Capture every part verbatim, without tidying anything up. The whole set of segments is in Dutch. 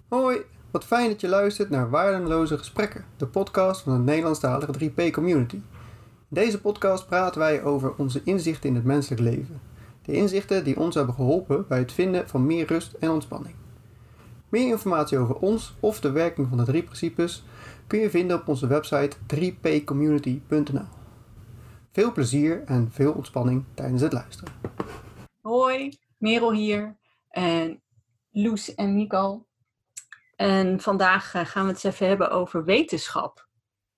Hoi, wat fijn dat je luistert naar Waardeloze Gesprekken, de podcast van de Nederlandstalige drie P Community. In deze podcast praten wij over onze inzichten in het menselijk leven. De inzichten die ons hebben geholpen bij het vinden van meer rust en ontspanning. Meer informatie over ons of de werking van de drie principes kun je vinden op onze website drie p community punt n l. Veel plezier en veel ontspanning tijdens het luisteren. Hoi, Merel hier en Loes en Nicole. En vandaag gaan we het eens even hebben over wetenschap.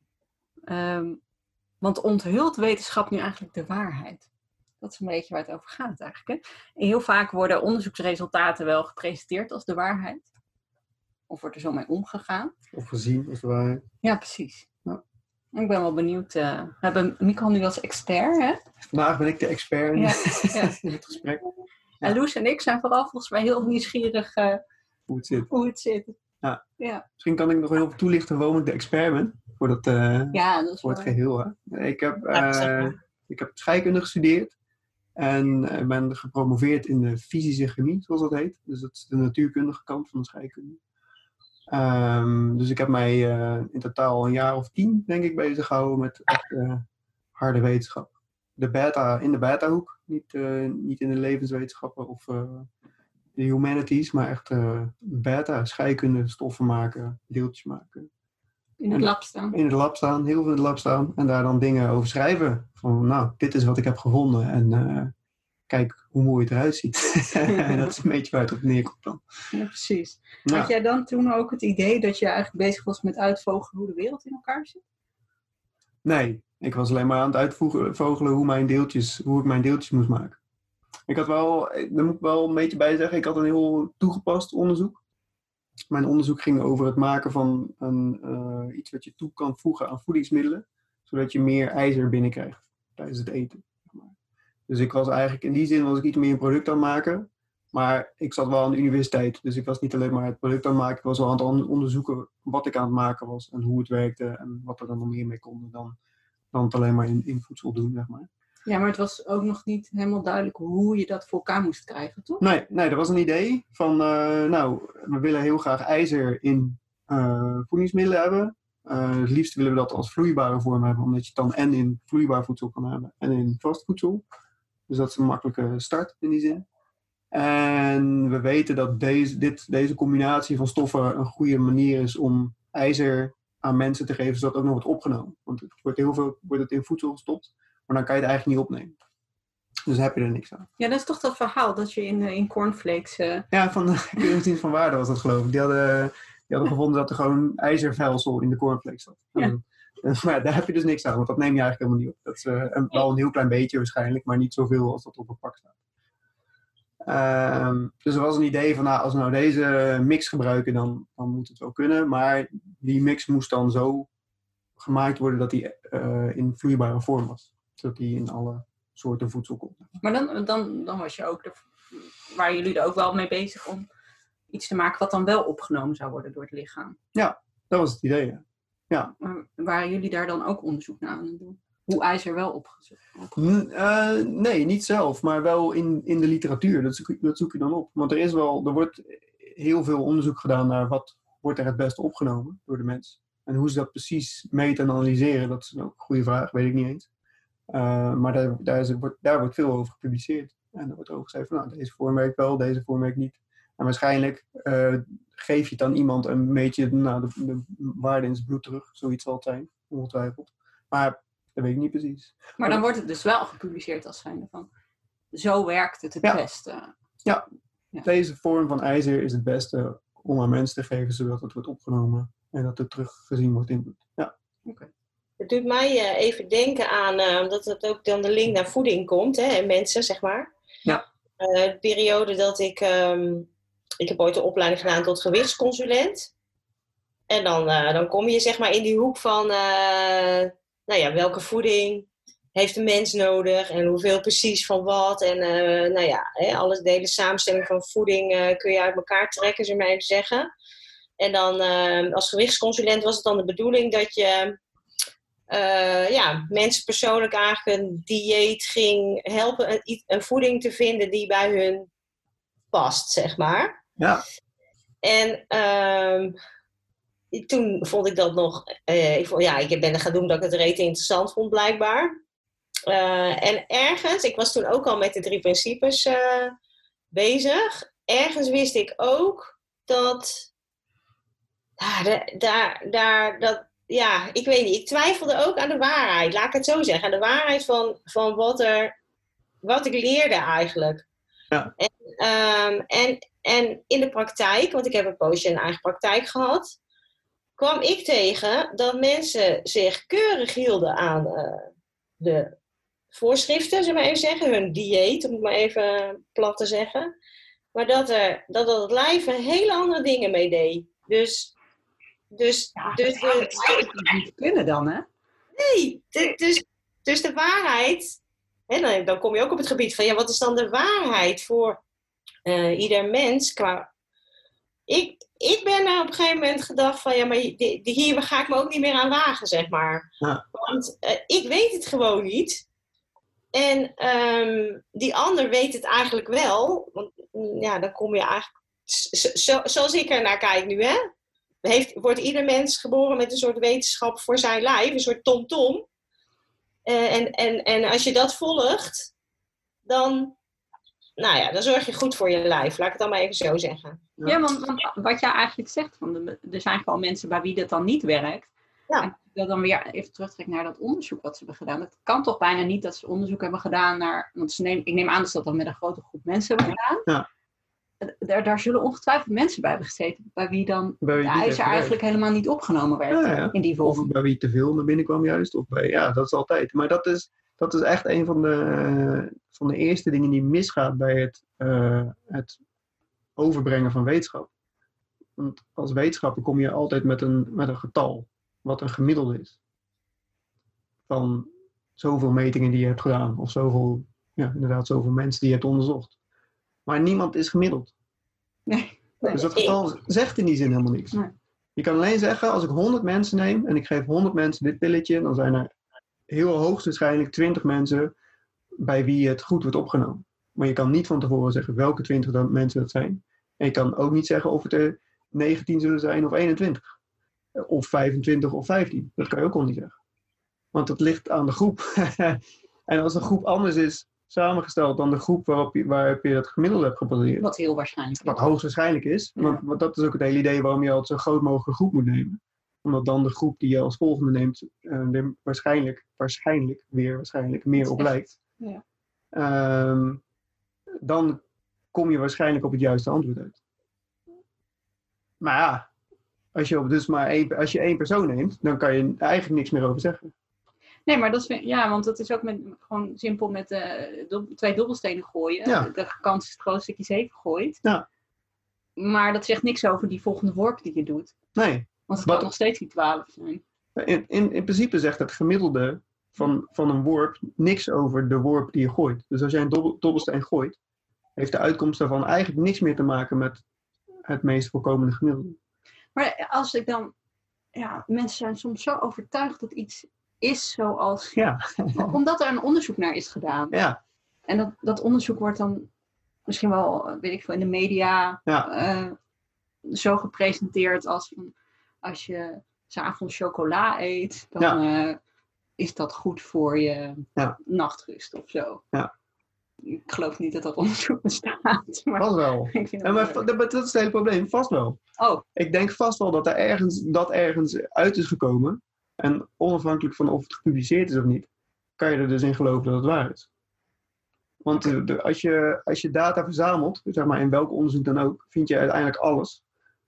Um, want onthult wetenschap nu eigenlijk de waarheid? Dat is een beetje waar het over gaat eigenlijk. Hè? En heel vaak worden onderzoeksresultaten wel gepresenteerd als de waarheid. Of wordt er zo mee omgegaan. Of gezien als de waarheid. Ja, precies. Ja. Ik ben wel benieuwd. Uh, we hebben Nicole nu als expert, hè? Vandaag ben ik de expert in, ja. Ja. in het gesprek. Ja. En Loes en ik zijn vooral volgens mij heel nieuwsgierig uh, hoe het zit. Hoe het zit. Ja. Ja. Misschien kan ik nog heel veel toelichten waarom ik de expert ben. Voor, dat, uh, ja, dat is voor het geheel. Hè. Ik, heb, uh, ja, ik heb scheikunde gestudeerd. En uh, ben gepromoveerd in de fysische chemie, zoals dat heet. Dus dat is de natuurkundige kant van de scheikunde. Um, dus ik heb mij uh, in totaal een jaar of tien, denk ik, bezig gehouden met echt uh, harde wetenschap. De beta, in de beta-hoek. Niet, uh, niet in de levenswetenschappen of uh, de humanities, maar echt uh, beta, scheikunde, stoffen maken, deeltjes maken. In het lab staan. In het lab staan, heel veel in het lab staan. En daar dan dingen over schrijven. Van, nou, dit is wat ik heb gevonden. En uh, kijk hoe mooi het eruit ziet. En dat is een beetje waar het op neerkomt dan. Ja, precies. Ja. Had jij dan toen ook het idee dat je eigenlijk bezig was met uitvogelen hoe de wereld in elkaar zit? Nee, ik was alleen maar aan het uitvogelen hoe, mijn deeltjes, hoe ik mijn deeltjes moest maken. Ik had wel, daar moet ik wel een beetje bij zeggen, ik had een heel toegepast onderzoek. Mijn onderzoek ging over het maken van een, uh, iets wat je toe kan voegen aan voedingsmiddelen. Zodat je meer ijzer binnenkrijgt tijdens het eten. Dus ik was eigenlijk, in die zin was ik iets meer een product aan het maken. Maar ik zat wel aan de universiteit. Dus ik was niet alleen maar het product aan het maken. Ik was wel aan het onderzoeken wat ik aan het maken was. En hoe het werkte. En wat er dan nog meer mee kon dan, dan het alleen maar in, in voedsel doen, zeg maar. Ja, maar het was ook nog niet helemaal duidelijk hoe je dat voor elkaar moest krijgen, toch? Nee, nee, dat was een idee van, uh, nou, we willen heel graag ijzer in uh, voedingsmiddelen hebben. Uh, het liefst willen we dat als vloeibare vorm hebben, omdat je het dan en in vloeibaar voedsel kan hebben en in vast voedsel. Dus dat is een makkelijke start in die zin. En we weten dat deze, dit, deze combinatie van stoffen een goede manier is om ijzer aan mensen te geven, zodat het ook nog wordt opgenomen. Want het wordt heel veel wordt het in voedsel gestopt, maar dan kan je het eigenlijk niet opnemen. Dus dan heb je er niks aan. Ja, dat is toch dat verhaal dat je in, in cornflakes... Uh... Ja, van de Universiteit van Waarde was dat, geloof ik. Die hadden, die hadden gevonden dat er gewoon ijzervelsel in de cornflakes zat. Ja. En, maar daar heb je dus niks aan, want dat neem je eigenlijk helemaal niet op. Dat is uh, een, wel een heel klein beetje waarschijnlijk, maar niet zoveel als dat op het pak staat. Uh, dus er was een idee van, nou, als we nou deze mix gebruiken, dan, dan moet het wel kunnen. Maar die mix moest dan zo gemaakt worden dat die uh, in vloeibare vorm was. Zodat die in alle soorten voedsel komt. Maar dan, dan, dan was je ook, de, waren jullie er ook wel mee bezig om iets te maken wat dan wel opgenomen zou worden door het lichaam? Ja, dat was het idee, ja. Ja. Maar waren jullie daar dan ook onderzoek naar aan het doen? Hoe ijzer wel opgezocht? Uh, nee, niet zelf, maar wel in, in de literatuur. Dat zoek, dat zoek je dan op. Want er is wel, er wordt heel veel onderzoek gedaan naar wat wordt er het beste opgenomen door de mens. En hoe ze dat precies meten en analyseren, dat is ook een goede vraag, weet ik niet eens. Uh, maar daar, daar, is, wordt, daar wordt veel over gepubliceerd. En er wordt over gezegd van, nou, deze vorm werkt wel, deze vorm werkt niet. En waarschijnlijk uh, geef je het aan iemand een beetje nou, de, de waarde in zijn bloed terug. Zoiets zal het zijn, ongetwijfeld. Maar dat weet ik niet precies. Maar dan wordt het dus wel gepubliceerd als zijnde van, zo werkt het het ja. beste. Ja. ja, deze vorm van ijzer is het beste om aan mensen te geven, zodat het wordt opgenomen en dat het teruggezien wordt in bloed. Ja. Oké. Okay. Het doet mij uh, even denken aan, uh, dat het ook dan de link naar voeding komt, hè, en mensen, zeg maar. Ja. Uh, de periode dat ik, um, ik heb ooit een opleiding gedaan tot gewichtsconsulent. En dan, uh, dan kom je zeg maar in die hoek van, uh, nou ja, welke voeding heeft de mens nodig en hoeveel precies van wat. En uh, nou ja, hè, alles, de hele samenstelling van voeding uh, kun je uit elkaar trekken, zou ik maar even zeggen. En dan uh, als gewichtsconsulent was het dan de bedoeling dat je uh, ja, mensen persoonlijk eigenlijk een dieet ging helpen, een, een voeding te vinden die bij hun past, zeg maar. Ja. En um, toen vond ik dat nog... Uh, ik, vond, ja, ik ben er gaan doen dat ik het rete interessant vond, blijkbaar. Uh, en ergens, ik was toen ook al met de drie principes uh, bezig. Ergens wist ik ook dat... Ah, de, daar, daar, dat ja, ik weet niet. Ik twijfelde ook aan de waarheid. Laat ik het zo zeggen. Aan de waarheid van, van wat, er, wat ik leerde eigenlijk. Ja. En, um, en, en in de praktijk, want ik heb een poosje een eigen praktijk gehad, kwam ik tegen dat mensen zich keurig hielden aan uh, de voorschriften, zullen we even zeggen. Hun dieet, om het maar even plat te zeggen. Maar dat, er, dat, dat het lijf er hele andere dingen mee deed. Dus... Dus, ja, dus, dat zou het eigenlijk niet kunnen dan, hè? Nee, de, dus, dus de waarheid... Hè, dan, dan kom je ook op het gebied van... Ja, wat is dan de waarheid voor uh, ieder mens? Qua, ik, ik ben er op een gegeven moment gedacht van... Ja, maar die, die, hier ga ik me ook niet meer aan wagen, zeg maar. Ja. Want uh, ik weet het gewoon niet. En um, die ander weet het eigenlijk wel. Want ja, dan kom je eigenlijk... Zo, zo, zoals ik er naar kijk nu, hè? Heeft, wordt ieder mens geboren met een soort wetenschap voor zijn lijf, een soort tom-tom. Uh, en, en, en als je dat volgt, dan, nou ja, dan zorg je goed voor je lijf. Laat ik het dan maar even zo zeggen. Ja, ja want, want wat jij eigenlijk zegt, van de, er zijn gewoon mensen bij wie dat dan niet werkt. Ja. En dat dan weer even terugtrek naar dat onderzoek wat ze hebben gedaan. Het kan toch bijna niet dat ze onderzoek hebben gedaan naar, want ze neem, ik neem aan dat ze dat dan met een grote groep mensen hebben gedaan. Ja. Daar, daar zullen ongetwijfeld mensen bij hebben gezeten, bij wie dan bij wie de ijzer eigenlijk helemaal niet opgenomen werd, ja, ja. in die vorm. Of bij wie te veel naar binnen kwam juist. Of bij, ja, dat is altijd. Maar dat is, dat is echt een van de, van de eerste dingen die misgaat bij het, uh, het overbrengen van wetenschap. Want als wetenschapper kom je altijd met een, met een getal, wat een gemiddelde is. Van zoveel metingen die je hebt gedaan, of zoveel, ja, inderdaad, zoveel mensen die je hebt onderzocht. Maar niemand is gemiddeld. Nee, nee. Dus dat getal zegt in die zin helemaal niks. Nee. Je kan alleen zeggen, als ik honderd mensen neem en ik geef honderd mensen dit pilletje, dan zijn er heel hoogstwaarschijnlijk twintig mensen bij wie het goed wordt opgenomen. Maar je kan niet van tevoren zeggen welke twintig dat mensen dat zijn. En je kan ook niet zeggen of het er negentien zullen zijn of eenentwintig. Of vijfentwintig of vijftien. Dat kan je ook al niet zeggen. Want dat ligt aan de groep. En als de groep anders is samengesteld dan de groep waarop je, waarop je dat gemiddelde hebt gebaseerd. Wat heel waarschijnlijk is. Wat hoogstwaarschijnlijk is. Ja. Want, want dat is ook het hele idee waarom je altijd zo'n groot mogelijke groep moet nemen. Omdat dan de groep die je als volgende neemt uh, er waarschijnlijk, waarschijnlijk, weer waarschijnlijk meer op lijkt. Ja. Um, dan kom je waarschijnlijk op het juiste antwoord uit. Maar ja, als je, op dus maar één, als je één persoon neemt, dan kan je eigenlijk niks meer over zeggen. Nee, maar dat is, ja, want dat is ook met, gewoon simpel met uh, do, twee dobbelstenen gooien. Ja. De kans is het grootste dat je zeven gooit. Ja. Maar dat zegt niks over die volgende worp die je doet. Nee. Want het Wat, kan nog steeds die twaalf zijn. In, in, in principe zegt het gemiddelde van, van een worp niks over de worp die je gooit. Dus als jij een dobbel, dobbelsteen gooit, heeft de uitkomst daarvan eigenlijk niks meer te maken met het meest voorkomende gemiddelde. Maar als ik dan... Ja, mensen zijn soms zo overtuigd dat iets is zoals... Ja. Omdat er een onderzoek naar is gedaan. Ja. En dat, dat onderzoek wordt dan misschien wel, weet ik veel, in de media ja. uh, zo gepresenteerd als... Als je 's avonds chocola eet, dan ja. uh, is dat goed voor je ja. nachtrust of zo. Ja. Ik geloof niet dat dat onderzoek bestaat. Maar vast wel. Ik vind ja, maar dat, dat is het hele probleem. Vast wel. Oh. Ik denk vast wel dat er ergens, dat ergens uit is gekomen. En onafhankelijk van of het gepubliceerd is of niet, kan je er dus in geloven dat het waar is. Want de, de, als, je, als je data verzamelt, zeg maar in welk onderzoek dan ook, vind je uiteindelijk alles.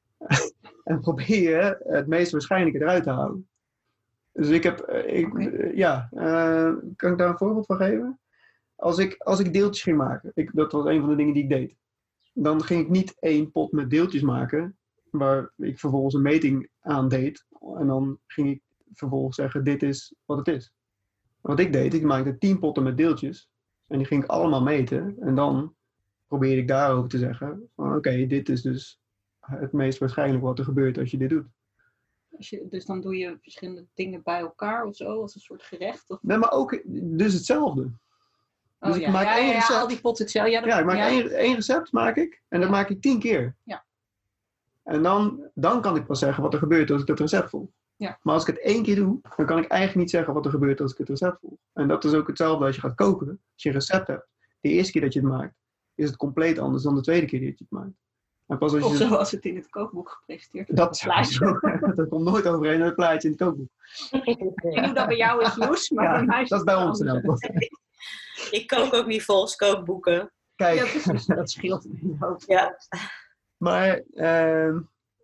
En probeer je het meest waarschijnlijke eruit te houden. Dus ik heb, ik, okay. ja, uh, kan ik daar een voorbeeld van geven? Als ik, als ik deeltjes ging maken, ik, dat was een van de dingen die ik deed. Dan ging ik niet één pot met deeltjes maken, waar ik vervolgens een meting aan deed. En dan ging ik vervolgens zeggen, dit is wat het is. Wat ik deed, ik maakte tien potten met deeltjes. En die ging ik allemaal meten. En dan probeerde ik daarover te zeggen, oké, okay, dit is dus het meest waarschijnlijk wat er gebeurt als je dit doet. Als je, dus dan doe je verschillende dingen bij elkaar of zo, als een soort gerecht? Of... Nee, maar ook dus hetzelfde. Oh, dus ik ja. maak Ja, één ja, ja, recept. al die potten hetzelfde. Ja, dat, ja, ik maak ja. één, één recept maak ik en dat ja. maak ik tien keer. Ja. En dan, dan kan ik pas zeggen wat er gebeurt als ik het recept volg. Ja. Maar als ik het één keer doe, dan kan ik eigenlijk niet zeggen wat er gebeurt als ik het recept volg. En dat is ook hetzelfde als je gaat koken. Als je een recept hebt, de eerste keer dat je het maakt, is het compleet anders dan de tweede keer dat je het maakt. En pas als je Of zoals het in het kookboek gepresenteerd wordt. dat, plaatje. Dat komt nooit overeen met het plaatje in het kookboek. Ik doe dat bij jou is Loes, maar Ja, bij mij is dat is het bij ons in elk anders. geval. Ik kook ook niet volgens kookboeken. Kijk, Ja, precies. Dat scheelt in je hoofd. Ja. maar ehm,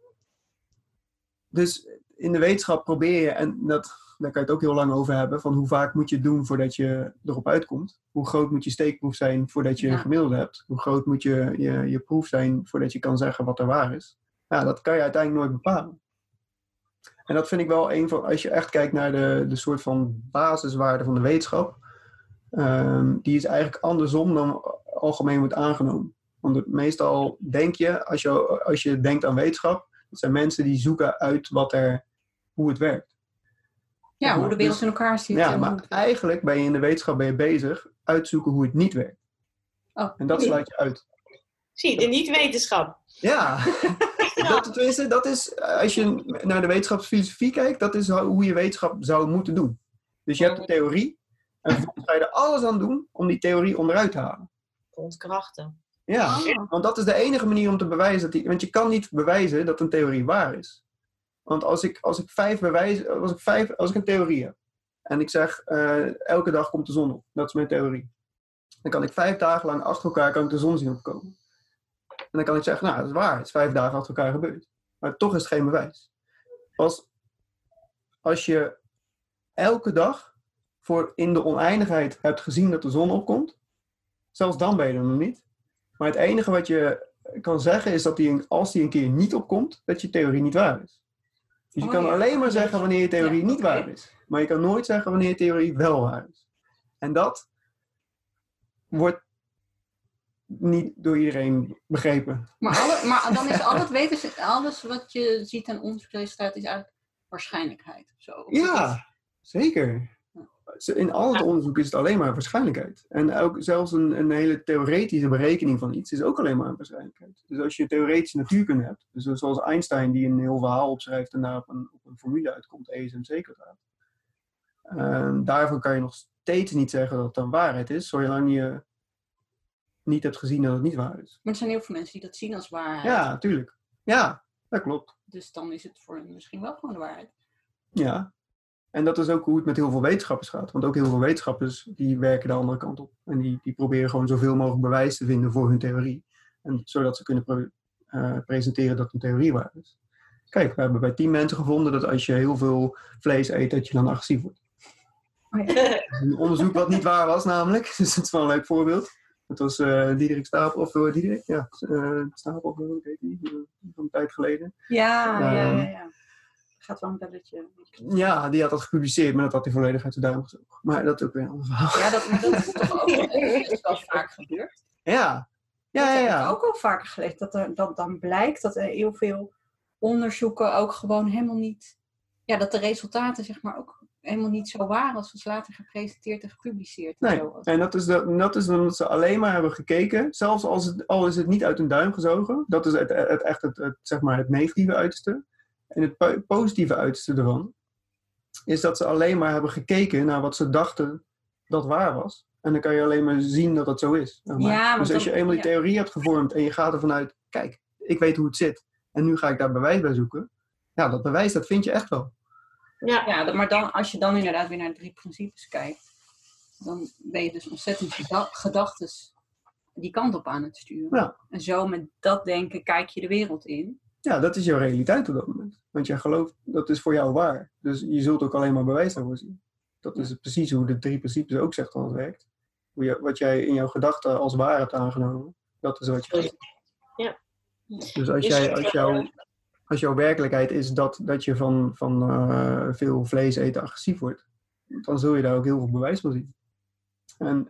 dus in de wetenschap probeer je, en dat, daar kan je het ook heel lang over hebben, van hoe vaak moet je het doen voordat je erop uitkomt. Hoe groot moet je steekproef zijn voordat je Ja. een gemiddelde hebt. Hoe groot moet je, je je proef zijn voordat je kan zeggen wat er waar is. Ja, dat kan je uiteindelijk nooit bepalen. En dat vind ik wel een van, als je echt kijkt naar de, de soort van basiswaarde van de wetenschap, um, die is eigenlijk andersom dan algemeen wordt aangenomen. Want het, meestal denk je als, je, als je denkt aan wetenschap, dat zijn mensen die zoeken uit wat er, hoe het werkt. Ja, hoe de wereld Dus- in elkaar zit. Ja, en maar hoe het- eigenlijk ben je in de wetenschap ben je bezig uitzoeken hoe het niet werkt. Oh, En dat sluit je uit. Zie, de niet-wetenschap. Ja, dat, tenminste, dat is, als je naar de wetenschapsfilosofie kijkt, dat is hoe je wetenschap zou moeten doen. Dus je hebt een theorie en vervolgens ga je er alles aan doen om die theorie onderuit te halen. Ontkrachten. Ja, Oh. want dat is de enige manier om te bewijzen dat die, want je kan niet bewijzen dat een theorie waar is. Want als ik, als ik vijf bewijzen, als ik vijf, als ik een theorie heb en ik zeg uh, elke dag komt de zon op, dat is mijn theorie. Dan kan ik vijf dagen lang achter elkaar kan ik de zon zien opkomen. En dan kan ik zeggen, nou dat is waar, het is vijf dagen achter elkaar gebeurd. Maar toch is het geen bewijs. Pas als je elke dag voor in de oneindigheid hebt gezien dat de zon opkomt, zelfs dan ben je er nog niet. Maar het enige wat je kan zeggen is dat die, als die een keer niet opkomt, dat je theorie niet waar is. Dus je Oh, kan ja. alleen maar zeggen wanneer je theorie Ja, niet oké. waar is. Maar je kan nooit zeggen wanneer je theorie wel waar is. En dat wordt niet door iedereen begrepen. Maar, alle, maar dan is al het weten, alles wat je ziet aan onderzoeksresultaten is uit waarschijnlijkheid. Of zo. Of het is- Ja, zeker. In al het onderzoek is het alleen maar waarschijnlijkheid. En ook zelfs een, een hele theoretische berekening van iets is ook alleen maar een waarschijnlijkheid. Dus als je theoretische natuurkunde hebt, dus zoals Einstein die een heel verhaal opschrijft en daar op een, op een formule uitkomt, E is M C-kwadraat. Uh, daarvan kan je nog steeds niet zeggen dat het een waarheid is, zolang je niet hebt gezien dat het niet waar is. Maar er zijn heel veel mensen die dat zien als waarheid. Ja, natuurlijk. Ja, dat klopt. Dus dan is het voor hen misschien wel gewoon de waarheid. Ja. En dat is ook hoe het met heel veel wetenschappers gaat. Want ook heel veel wetenschappers die werken de andere kant op. En die, die proberen gewoon zoveel mogelijk bewijs te vinden voor hun theorie. En zodat ze kunnen pre- uh, presenteren dat hun theorie waar is. Kijk, we hebben bij tien mensen gevonden dat als je heel veel vlees eet, dat je dan agressief wordt. Oh ja. Een onderzoek wat niet waar was namelijk. Dus dat is wel een leuk voorbeeld. Dat was uh, Diederik Stapel, of uh, Diederik, ja, uh, Stapel, hoe heet die, uh, van een tijd geleden. Ja, ja, ja, Um, ja. Gaat wel een belletje. Ja, die had dat gepubliceerd, maar dat had hij volledig uit de duim gezogen. Maar dat is ook weer een ander verhaal. Ja, dat, maar dat is toch ook wel, dat is wel vaak gebeurd. Ja, ja, Dat ja. heb ja. ik ook al vaker gelezen. Dat, er, dat dan blijkt dat er heel veel onderzoeken ook gewoon helemaal niet... Ja, dat de resultaten zeg maar ook helemaal niet zo waren als ze later gepresenteerd en gepubliceerd. En Nee, zo. en dat is, de, dat is omdat ze alleen maar hebben gekeken, zelfs als het, al is het niet uit hun duim gezogen, dat is het, het, echt het, het, zeg maar het negatieve uiterste. En het po- positieve uiterste ervan is dat ze alleen maar hebben gekeken naar wat ze dachten dat waar was. En dan kan je alleen maar zien dat dat zo is. Zeg maar. Ja, want dus als je dan- eenmaal die ja. theorie hebt gevormd en je gaat ervan uit, kijk, ik weet hoe het zit. En nu ga ik daar bewijs bij zoeken. Ja, dat bewijs, dat vind je echt wel. Ja. Ja, dat- maar dan, als je dan inderdaad weer naar de drie principes kijkt, dan ben je dus ontzettend geda- gedachtes die kant op aan het sturen. Ja. En zo met dat denken kijk je de wereld in. Ja, dat is jouw realiteit op dat moment. Want jij gelooft, dat is voor jou waar. Dus je zult ook alleen maar bewijs daarvoor zien. Dat is precies hoe de drie principes ook zegt dat het werkt. Hoe je, wat jij in jouw gedachten als waar hebt aangenomen, dat is wat je gaat zien. Ja. Dus als, jij, als, jouw, als jouw werkelijkheid is dat, dat je van, van uh, veel vlees eten agressief wordt, dan zul je daar ook heel veel bewijs van zien. En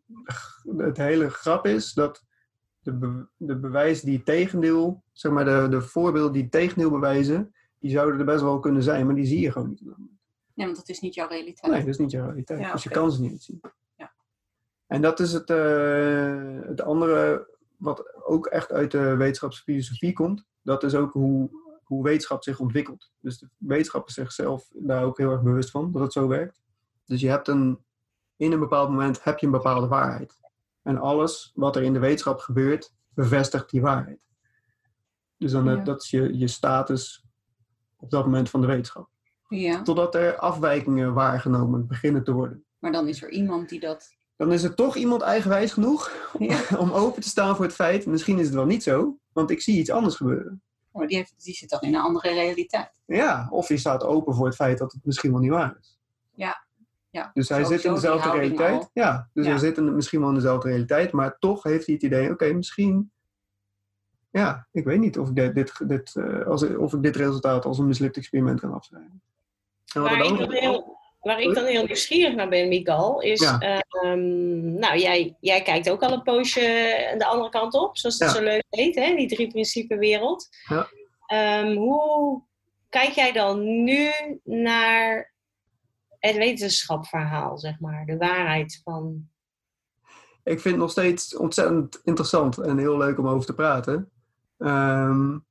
het hele grap is dat de, be, de bewijs die het tegendeel, zeg maar de, de voorbeelden die het tegendeel bewijzen, die zouden er best wel kunnen zijn, maar die zie je gewoon niet. Ja, want dat is niet jouw realiteit. Nee, dat is niet jouw realiteit. Ja, dus je oké. kan ze niet zien. Ja. En dat is het, uh, het andere wat ook echt uit de wetenschapsfilosofie komt, dat is ook hoe, hoe wetenschap zich ontwikkelt. Dus de wetenschap is zichzelf daar ook heel erg bewust van, dat het zo werkt. Dus je hebt een, in een bepaald moment heb je een bepaalde waarheid. En alles wat er in de wetenschap gebeurt, bevestigt die waarheid. Dus dan, Ja. dat is je, je status op dat moment van de wetenschap. Ja, Totdat er afwijkingen waargenomen beginnen te worden. maar dan is er iemand die dat... Dan is er toch iemand eigenwijs genoeg Ja. om open te staan voor het feit, misschien is het wel niet zo, want ik zie iets anders gebeuren. Oh, die, heeft, die zit dan in een andere realiteit. Ja, of je staat open voor het feit dat het misschien wel niet waar is. Ja. Ja. Dus hij Sowieso zit in die dezelfde houding realiteit. al. Ja, dus Ja. hij zit in, misschien wel in dezelfde realiteit, maar toch heeft hij het idee, oké, okay, misschien, ja, ik weet niet of ik dit, dit, dit, uh, als, of ik dit resultaat als een mislukt experiment kan afschrijven. En wat er Waar, dan... ik dan heel, waar ik dan heel nieuwsgierig naar ben, Mikael, is... Ja. Uh, um, nou, jij, jij kijkt ook al een poosje de andere kant op, zoals het Ja. zo leuk heet, hè? Die drie principe wereld. Ja. Um, hoe kijk jij dan nu naar het wetenschapverhaal, zeg maar? De waarheid van... Ik vind het nog steeds ontzettend interessant en heel leuk om over te praten. Um,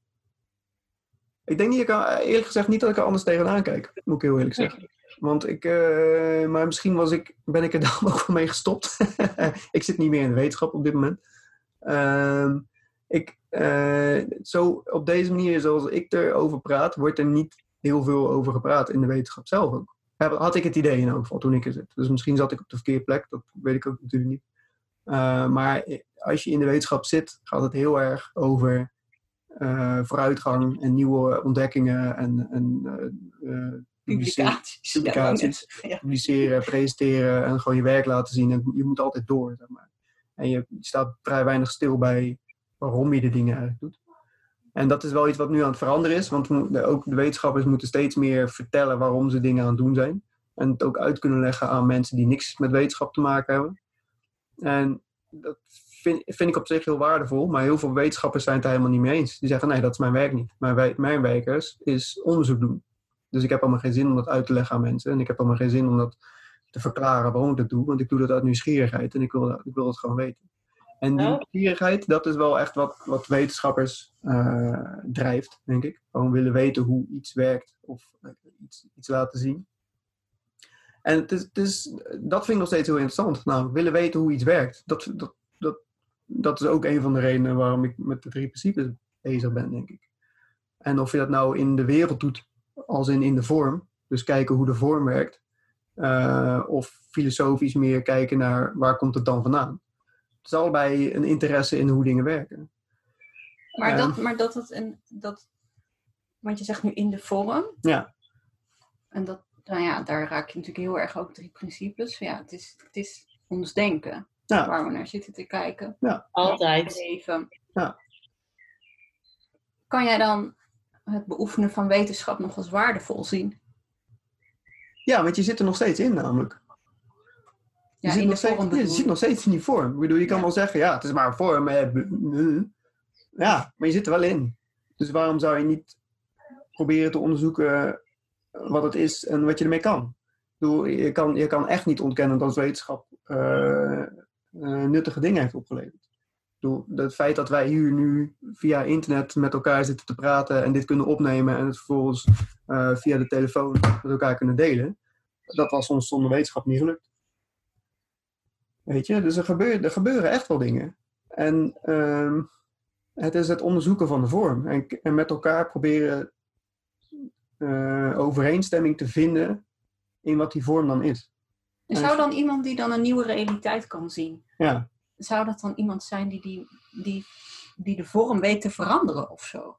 ik denk niet, ik kan, eerlijk gezegd niet dat ik er anders tegenaan kijk, moet ik heel eerlijk zeggen. Want ik, uh, maar misschien was ik, ben ik er dan ook wel mee gestopt. Ik zit niet meer in de wetenschap op dit moment. Um, ik, uh, zo op deze manier, zoals ik erover praat, wordt er niet heel veel over gepraat in de wetenschap zelf ook. Had ik het idee in elk geval toen ik er zit. Dus misschien zat ik op de verkeerde plek, dat weet ik ook natuurlijk niet. Uh, maar als je in de wetenschap zit, gaat het heel erg over uh, vooruitgang en nieuwe ontdekkingen en, en uh, uh, publicaties, publicaties ja, publiceren, presenteren en gewoon je werk laten zien. En je moet altijd door, zeg maar. En je staat vrij weinig stil bij waarom je de dingen eigenlijk doet. En dat is wel iets wat nu aan het veranderen is, want ook de wetenschappers moeten steeds meer vertellen waarom ze dingen aan het doen zijn. En het ook uit kunnen leggen aan mensen die niks met wetenschap te maken hebben. En dat vind, vind ik op zich heel waardevol, maar heel veel wetenschappers zijn het daar helemaal niet mee eens. Die zeggen, nee, dat is mijn werk niet. Mijn, mijn werk is, is onderzoek doen. Dus ik heb allemaal geen zin om dat uit te leggen aan mensen. En ik heb allemaal geen zin om dat te verklaren waarom ik dat doe. Want ik doe dat uit nieuwsgierigheid en ik wil dat, ik wil dat gewoon weten. En die nieuwsgierigheid, dat is wel echt wat, wat wetenschappers uh, drijft, denk ik. Gewoon willen weten hoe iets werkt of uh, iets, iets laten zien. En het is, het is, dat vind ik nog steeds heel interessant. Nou, willen weten hoe iets werkt. Dat, dat, dat, dat is ook een van de redenen waarom ik met de drie principes bezig ben, denk ik. En of je dat nou in de wereld doet, als in, in de vorm. Dus kijken hoe de vorm werkt. Uh, of filosofisch meer kijken naar waar komt het dan vandaan. Het is allebei een interesse in hoe dingen werken. Maar, dat, maar dat het een... Dat, want je zegt nu in de vorm. Ja. En dat... Nou ja, daar raak je natuurlijk heel erg ook drie principes. Ja, het is, het is ons denken ja. waar we naar zitten te kijken. Ja, altijd. Leven. Ja. Kan jij dan het beoefenen van wetenschap nog als waardevol zien? Ja, want je zit er nog steeds in namelijk. Je, ja, zit, in nog de steeds, vorm je zit nog steeds in die vorm. Ik bedoel, je kan ja. wel zeggen, ja, het is maar een vorm. Ja, maar je zit er wel in. Dus waarom zou je niet proberen te onderzoeken wat het is en wat je ermee kan? Ik bedoel, je kan, je kan echt niet ontkennen dat wetenschap uh, uh, nuttige dingen heeft opgeleverd. Ik bedoel, het feit dat wij hier nu via internet met elkaar zitten te praten en dit kunnen opnemen en het vervolgens uh, via de telefoon met elkaar kunnen delen, dat was ons zonder wetenschap niet gelukt. Weet je, dus er gebeuren, er gebeuren echt wel dingen. En uh, het is het onderzoeken van de vorm en, en met elkaar proberen Uh, overeenstemming te vinden in wat die vorm dan is. En zou dan iemand die dan een nieuwe realiteit kan zien, ja. zou dat dan iemand zijn die, die, die, die de vorm weet te veranderen of zo?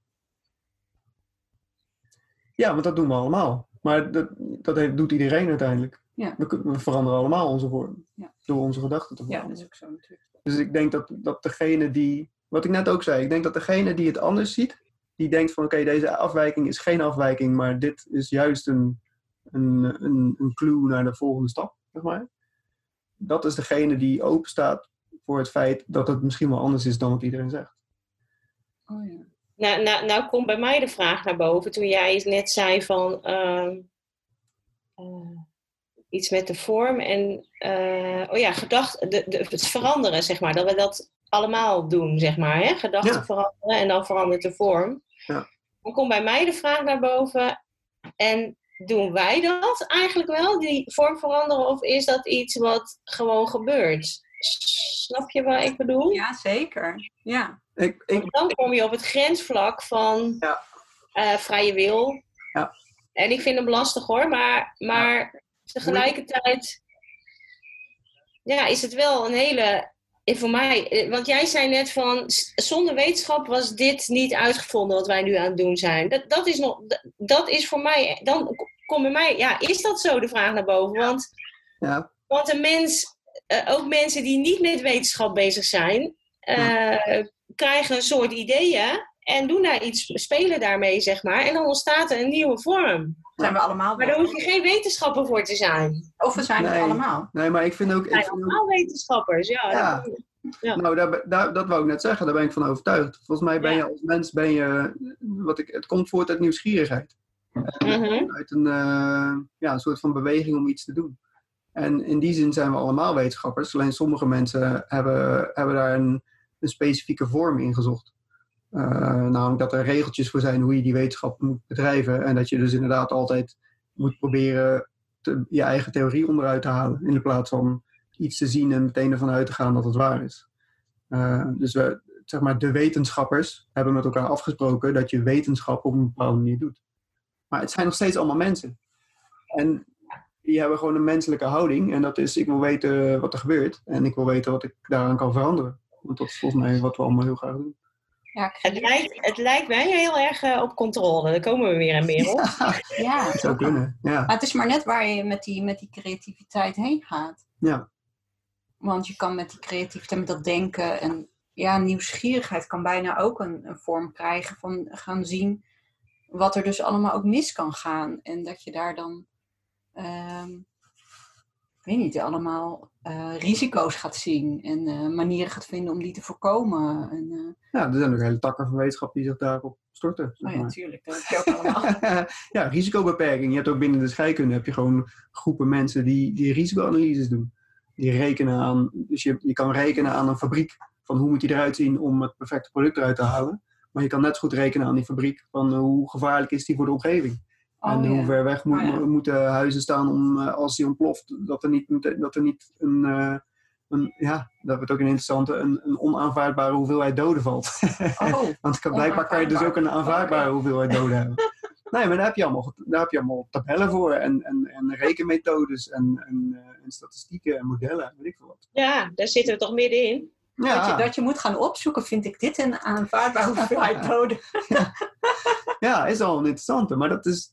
Ja, want dat doen we allemaal. Maar dat, dat heeft, doet iedereen uiteindelijk. Ja. We, we veranderen allemaal onze vorm. Ja. Door onze gedachten te veranderen. Ja, dat is ook zo natuurlijk. Dus ik denk dat, dat degene die, wat ik net ook zei, ik denk dat degene die het anders ziet, die denkt van oké, okay, deze afwijking is geen afwijking, maar dit is juist een, een, een, een clue naar de volgende stap, zeg maar. Dat is degene die open staat voor het feit dat het misschien wel anders is dan wat iedereen zegt. Oh ja. Nou, nou, nou komt bij mij de vraag naar boven toen jij net zei van... Uh, uh, iets met de vorm en uh, oh ja, gedacht, de, de, het veranderen, zeg maar. Dat we dat allemaal doen, zeg maar. Hè? Gedachten ja. veranderen en dan verandert de vorm. Ja. Dan komt bij mij de vraag naar boven. En doen wij dat eigenlijk wel, die vorm veranderen? Of is dat iets wat gewoon gebeurt? Snap je wat ik bedoel? Ja, zeker. Ja. Ik, ik... Dan kom je op het grensvlak van ja. uh, vrije wil. Ja. En ik vind hem lastig hoor, maar, maar ja. tegelijkertijd ja, is het wel een hele... Voor mij, want jij zei net van, zonder wetenschap was dit niet uitgevonden wat wij nu aan het doen zijn. Dat, dat is nog, dat is voor mij, dan kom bij mij, ja, is dat zo de vraag naar boven? Want, ja. want een mens, uh, ook mensen die niet met wetenschap bezig zijn, uh, ja. krijgen een soort ideeën en doen daar iets, spelen daarmee, zeg maar. En dan ontstaat er een nieuwe vorm. Zijn we allemaal maar daar hoef je geen wetenschapper voor te zijn. Of we zijn nee. het allemaal. Nee, maar ik vind ook... We zijn ik vind allemaal ook... wetenschappers, ja. ja. Dat, ja. Nou, daar, daar, dat wou ik net zeggen. Daar ben ik van overtuigd. Volgens mij ben je als mens... Ben je, wat ik, het komt voort uit nieuwsgierigheid. Mm-hmm. Uit een, uh, ja, een soort van beweging om iets te doen. En in die zin zijn we allemaal wetenschappers. Alleen sommige mensen hebben, hebben daar een, een specifieke vorm in gezocht. Uh, namelijk dat er regeltjes voor zijn hoe je die wetenschap moet bedrijven. En dat je dus inderdaad altijd moet proberen te, je eigen theorie onderuit te halen. In de plaats van iets te zien en meteen ervan uit te gaan dat het waar is. Uh, dus we, zeg maar, de wetenschappers hebben met elkaar afgesproken dat je wetenschap op een bepaalde manier doet. Maar het zijn nog steeds allemaal mensen. En die hebben gewoon een menselijke houding. En dat is, ik wil weten wat er gebeurt. En ik wil weten wat ik daaraan kan veranderen. Want dat is volgens mij wat we allemaal heel graag doen. Ja, het, lijkt, het lijkt mij heel erg uh, op controle. Daar komen we weer en meer op. Ja, ja, dat zou kunnen. Ja. Maar het is maar net waar je met die, met die creativiteit heen gaat. Ja. Want je kan met die creativiteit, met dat denken en ja, nieuwsgierigheid kan bijna ook een, een vorm krijgen van gaan zien wat er dus allemaal ook mis kan gaan. En dat je daar dan, uh, ik weet niet, allemaal uh, risico's gaat zien en uh, manieren gaat vinden om die te voorkomen. En, uh, ja, er zijn ook hele takken van wetenschap die zich daarop storten. Zeg maar. Oh ja, natuurlijk. Dat heb je ook allemaal. Ja, risicobeperking. Je hebt ook binnen de scheikunde heb je gewoon groepen mensen die, die risicoanalyses doen. Die rekenen aan, dus je, je kan rekenen aan een fabriek van hoe moet die eruit zien om het perfecte product eruit te halen. Maar je kan net zo goed rekenen aan die fabriek van uh, hoe gevaarlijk is die voor de omgeving. Oh, en ja. hoe ver weg moet, oh, ja. moeten huizen staan om uh, als die ontploft, dat er niet, dat er niet een, uh, een, ja, dat wordt ook een interessante, een, een onaanvaardbare hoeveelheid doden valt. Oh, Want kan, blijkbaar kan je dus ook een aanvaardbare okay. hoeveelheid doden hebben. Nee, maar daar heb je allemaal, daar heb je allemaal tabellen voor en, en, en rekenmethodes en, en, en statistieken en modellen, weet ik veel wat. Ja, daar zitten we toch middenin. Ja. Dat, je, dat je moet gaan opzoeken, vind ik dit een aanvaardbare hoeveelheid doden. Ja. Ja, is al een interessante, maar dat is,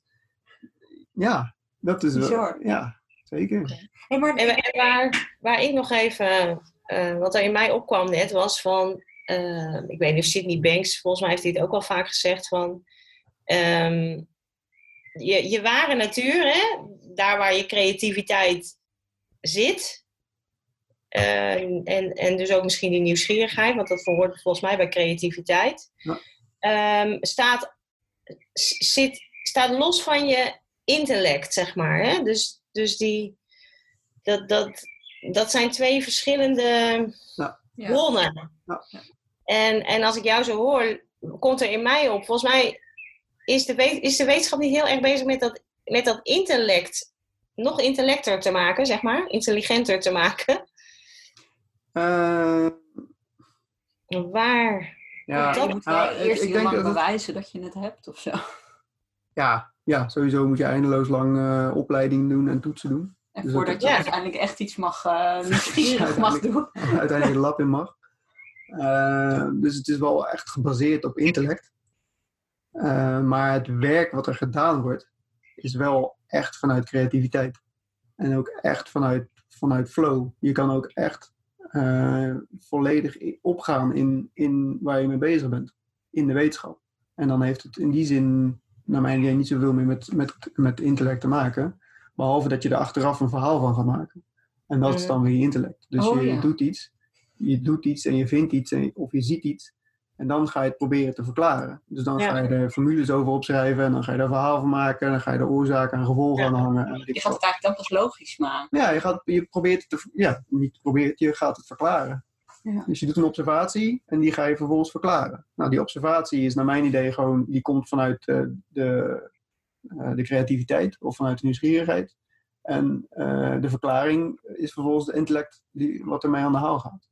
ja, dat is wel, ja, zeker. Hey, maar en waar, waar ik nog even, uh, wat er in mij opkwam net, was van, uh, ik weet niet of Sydney Banks, volgens mij heeft hij het ook wel vaak gezegd, van, um, je, je ware natuur, hè, daar waar je creativiteit zit, Uh, en, en dus ook misschien die nieuwsgierigheid, want dat hoort volgens mij bij creativiteit, ja. um, staat, zit, staat los van je intellect, zeg maar. Hè? Dus, dus die, dat, dat, dat zijn twee verschillende ja. bronnen. Ja. En, en als ik jou zo hoor, komt er in mij op, volgens mij is de, is de wetenschap niet heel erg bezig met dat, met dat intellect nog intellecter te maken, zeg maar, intelligenter te maken. Uh, Waar? Ja, dat je moet wel uh, eerst ik, ik heel lang dat bewijzen het... dat je het hebt of zo. Ja, ja, sowieso moet je eindeloos lang uh, opleiding doen en toetsen doen. En dus voordat je ja. uiteindelijk echt iets mag, uh, nieuwsgierig mag doen. Uiteindelijk de lab in mag. Uh, dus het is wel echt gebaseerd op intellect. Uh, maar het werk wat er gedaan wordt, is wel echt vanuit creativiteit. En ook echt vanuit, vanuit flow. Je kan ook echt Uh, volledig opgaan in, in waar je mee bezig bent. In de wetenschap. En dan heeft het in die zin, naar mijn idee, niet zoveel meer met, met, met intellect te maken. Behalve dat je er achteraf een verhaal van gaat maken. En dat mm. is dan weer je intellect. Dus oh, je, ja. je doet iets. Je doet iets en je vindt iets en, of je ziet iets. En dan ga je het proberen te verklaren. Dus dan Ja. ga je er formules over opschrijven en dan ga je er een verhaal van maken en dan ga je er oorzaken en gevolgen Ja. aan hangen. En weet Je ik gaat wat. het eigenlijk dan pas logisch maken. Ja, je, gaat, je probeert het te, ja, niet probeert, je gaat het verklaren. Ja. Dus je doet een observatie en die ga je vervolgens verklaren. Nou, die observatie is naar mijn idee gewoon, die komt vanuit uh, de, uh, de creativiteit of vanuit de nieuwsgierigheid. En uh, de verklaring is vervolgens de intellect die, wat ermee aan de haal gaat.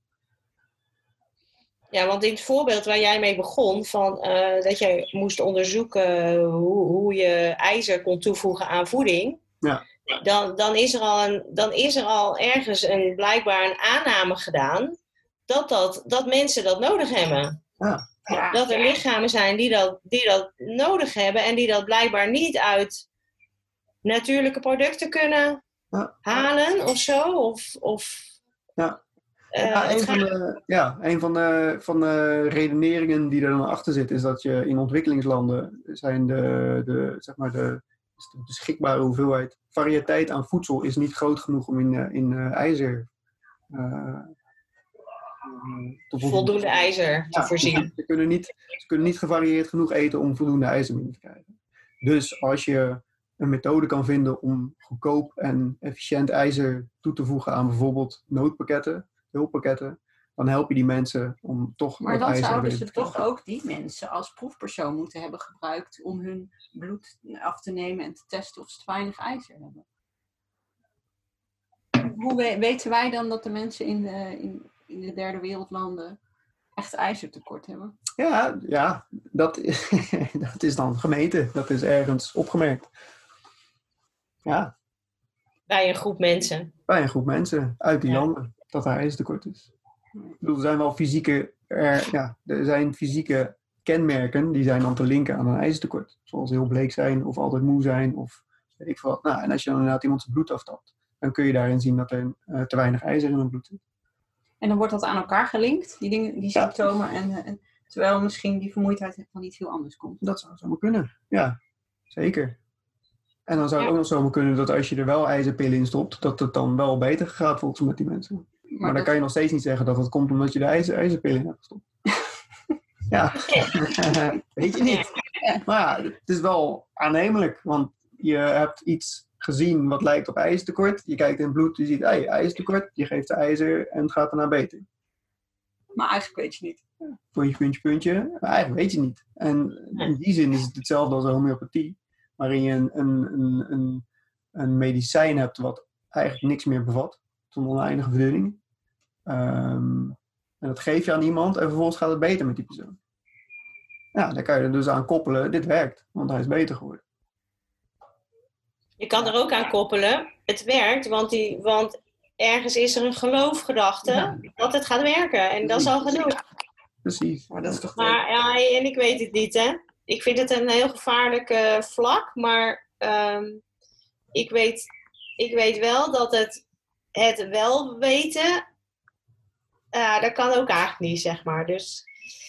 Ja, want in het voorbeeld waar jij mee begon, van, uh, dat jij moest onderzoeken hoe, hoe je ijzer kon toevoegen aan voeding, ja. dan, dan, is er al een, dan is er al ergens een, blijkbaar een aanname gedaan dat, dat, dat mensen dat nodig hebben. Ja. Ja. Dat er lichamen zijn die dat, die dat nodig hebben en die dat blijkbaar niet uit natuurlijke producten kunnen ja. halen of zo. Of, of, ja. Uh, ja, een van de, ja, een van de, van de redeneringen die er dan achter zit, is dat je in ontwikkelingslanden zijn de, de, zeg maar de, de beschikbare hoeveelheid, variëteit aan voedsel is niet groot genoeg om in, in uh, ijzer uh, te voldoende ijzer te ja, voorzien. Ze kunnen, niet, ze kunnen niet gevarieerd genoeg eten om voldoende ijzer binnen te krijgen. Dus als je een methode kan vinden om goedkoop en efficiënt ijzer toe te voegen aan bijvoorbeeld noodpakketten, hulppakketten, dan help je die mensen om toch maar wat ijzer te zouden krijgen. ze toch ook die mensen als proefpersoon moeten hebben gebruikt om hun bloed af te nemen en te testen of ze te weinig ijzer hebben. Hoe we, weten wij dan dat de mensen in de, in, in de derde wereldlanden echt ijzertekort hebben? Ja, ja dat, is, dat is dan gemeten. Dat is ergens opgemerkt. Ja. Bij een groep mensen. Bij een groep mensen uit die ja. landen. Dat er ijzertekort is. Ik bedoel, er zijn wel fysieke, er, ja, er zijn fysieke kenmerken die zijn dan te linken aan een ijzertekort. Zoals heel bleek zijn of altijd moe zijn of weet ik veel wat. Nou, en als je dan inderdaad iemand zijn bloed aftapt, dan kun je daarin zien dat er uh, te weinig ijzer in het bloed zit. En dan wordt dat aan elkaar gelinkt, die, dingen, die symptomen, ja. en, en terwijl misschien die vermoeidheid van iets heel anders komt. Dat zou zomaar kunnen, ja, zeker. En dan zou het ja. ook nog zomaar kunnen dat als je er wel ijzerpillen in stopt, dat het dan wel beter gaat volgens met die mensen. Maar, maar dan dat... kan je nog steeds niet zeggen dat het komt omdat je de ijzer, ijzerpillen in hebt gestopt. ja, weet je niet. Maar ja, het is wel aannemelijk, want je hebt iets gezien wat lijkt op ijzertekort. Je kijkt in het bloed, je ziet hey, ijzertekort, je geeft de ijzer en het gaat daarna beter. Maar eigenlijk weet je niet. Ja, puntje, puntje, puntje. Maar eigenlijk weet je niet. En in die zin is het hetzelfde als homeopathie. Waarin je een, een, een, een, een medicijn hebt wat eigenlijk niks meer bevat. Tot oneindige verdunning. Um, en dat geef je aan iemand en vervolgens gaat het beter met die persoon. Ja, daar kan je er dus aan koppelen. Dit werkt, want hij is beter geworden. Je kan er ook aan koppelen. Het werkt, want, die, want ergens is er een geloofgedachte ja. dat het gaat werken. En dat is al genoeg. Precies. Maar, dat is toch maar ja, en ik weet het niet, hè. Ik vind het een heel gevaarlijk uh, vlak, maar um, ik, weet, ik weet wel dat het, het wel weten, uh, dat kan ook eigenlijk niet, zeg maar. Dus...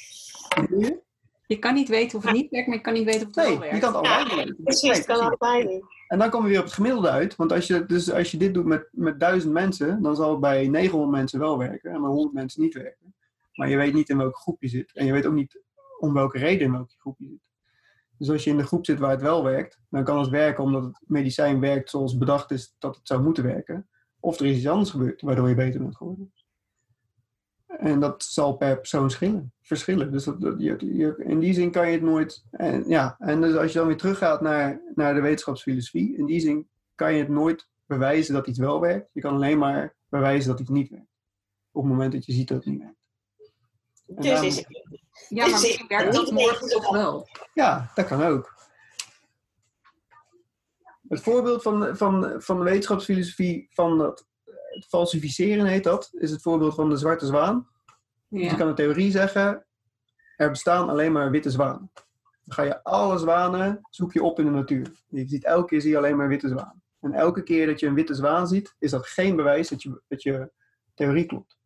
Je kan niet weten of het niet werkt, maar je kan niet weten of het nee, wel werkt. Je kan het allebei ja, niet. Precies, het kan allebei niet. En dan komen we weer op het gemiddelde uit. Want als je, dus als je dit doet met, met duizend mensen, dan zal het bij negenhonderd mensen wel werken en bij honderd mensen niet werken. Maar je weet niet in welke groep je zit. En je weet ook niet om welke reden in welke groep je zit. Dus als je in de groep zit waar het wel werkt, dan kan het werken omdat het medicijn werkt zoals bedacht is dat het zou moeten werken. Of er is iets anders gebeurd waardoor je beter bent geworden. En dat zal per persoon schillen, verschillen. Dus dat, dat, je, je, in die zin kan je het nooit... En, ja, en dus als je dan weer teruggaat naar, naar de wetenschapsfilosofie, in die zin kan je het nooit bewijzen dat iets wel werkt. Je kan alleen maar bewijzen dat iets niet werkt. Op het moment dat je ziet dat het niet werkt. En dus daarom, is het... Ja, maar misschien werkt dat morgen toch wel. Ja, dat kan ook. Het voorbeeld van, van, van de wetenschapsfilosofie van dat het falsificeren heet dat, is het voorbeeld van de zwarte zwaan. Ja. Dus je kan in theorie zeggen, er bestaan alleen maar witte zwanen. Dan ga je alle zwanen, zoek je op in de natuur. Je ziet elke keer zie je alleen maar witte zwanen. En elke keer dat je een witte zwaan ziet, is dat geen bewijs dat je, dat je theorie klopt.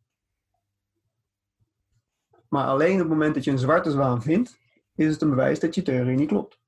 Maar alleen op het moment dat je een zwarte zwaan vindt, is het een bewijs dat je theorie niet klopt.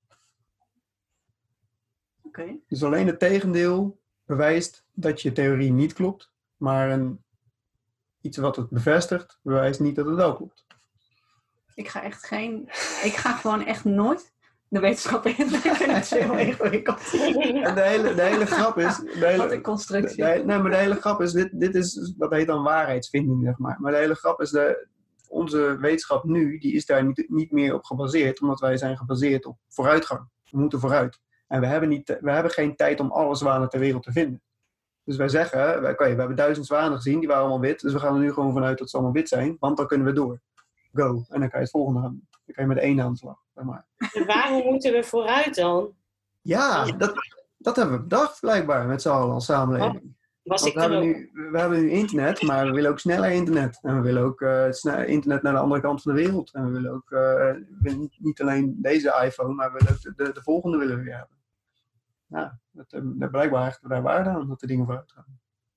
Okay. Dus alleen het tegendeel bewijst dat je theorie niet klopt, maar een, iets wat het bevestigt, bewijst niet dat het wel klopt. Ik ga echt geen... Ik ga gewoon echt nooit de wetenschap in. Ik vind het heel ingewikkeld. En de hele, de hele grap is... De hele, Wat een constructie. de, de, nee, maar de hele grap is... Dit, dit is, dat heet dan waarheidsvinding, zeg maar. Maar de hele grap is... De, onze wetenschap nu, die is daar niet, niet meer op gebaseerd. Omdat wij zijn gebaseerd op vooruitgang. We moeten vooruit. En we hebben, niet, we hebben geen tijd om alle zwanen ter wereld te vinden. Dus wij zeggen... Oké, okay, we hebben duizend zwanen gezien. Die waren allemaal wit. Dus we gaan er nu gewoon vanuit dat ze allemaal wit zijn. Want dan kunnen we door. Go. En dan kan je het volgende gaan. Dan kan je met één aan de slag. Zeg maar. En waarom moeten we vooruit dan? Ja, dat, dat hebben we bedacht blijkbaar met z'n allen als samenleving. Was Want ik we, er hebben ook? nu, we hebben nu internet, maar we willen ook sneller internet. En we willen ook uh, snel internet naar de andere kant van de wereld. En we willen ook uh, we willen niet alleen deze iPhone, maar we willen ook de, de volgende willen we weer hebben. Ja, dat, dat blijkbaar hechten we daar waarde aan, dat de dingen vooruit gaan.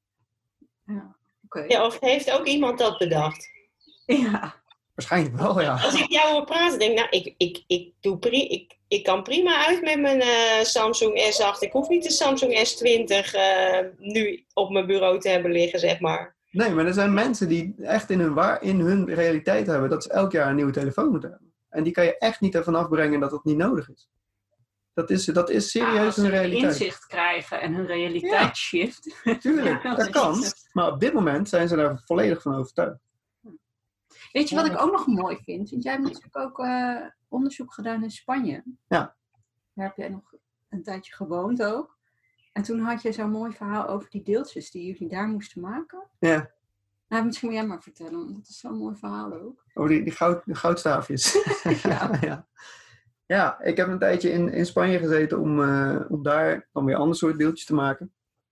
Ja, okay. Ja, of heeft ook iemand dat bedacht? Ja. Waarschijnlijk wel, ja. Als ik jou hoor praten, denk ik, nou, ik, ik, ik, doe pri- ik, ik kan prima uit met mijn uh, Samsung S acht. Ik hoef niet de Samsung S twintig uh, nu op mijn bureau te hebben liggen, zeg maar. Nee, maar er zijn mensen die echt in hun, waar, in hun realiteit hebben dat ze elk jaar een nieuwe telefoon moeten hebben. En die kan je echt niet ervan afbrengen dat het niet nodig is. Dat is, dat is serieus ja, als hun ze realiteit. inzicht krijgen en hun realiteit Ja. shift. Tuurlijk, Ja, dat kan. Maar op dit moment zijn ze daar volledig van overtuigd. Weet je wat ik ook nog mooi vind? Want jij hebt natuurlijk ook uh, onderzoek gedaan in Spanje. Ja. Daar heb jij nog een tijdje gewoond ook. En toen had je zo'n mooi verhaal over die deeltjes die jullie daar moesten maken. Ja. Nou, misschien moet jij maar vertellen, want dat is zo'n mooi verhaal ook. Over die, die, goud, die goudstaafjes. Ja. ja. Ja, ik heb een tijdje in, in Spanje gezeten om, uh, om daar dan weer ander soort deeltjes te maken.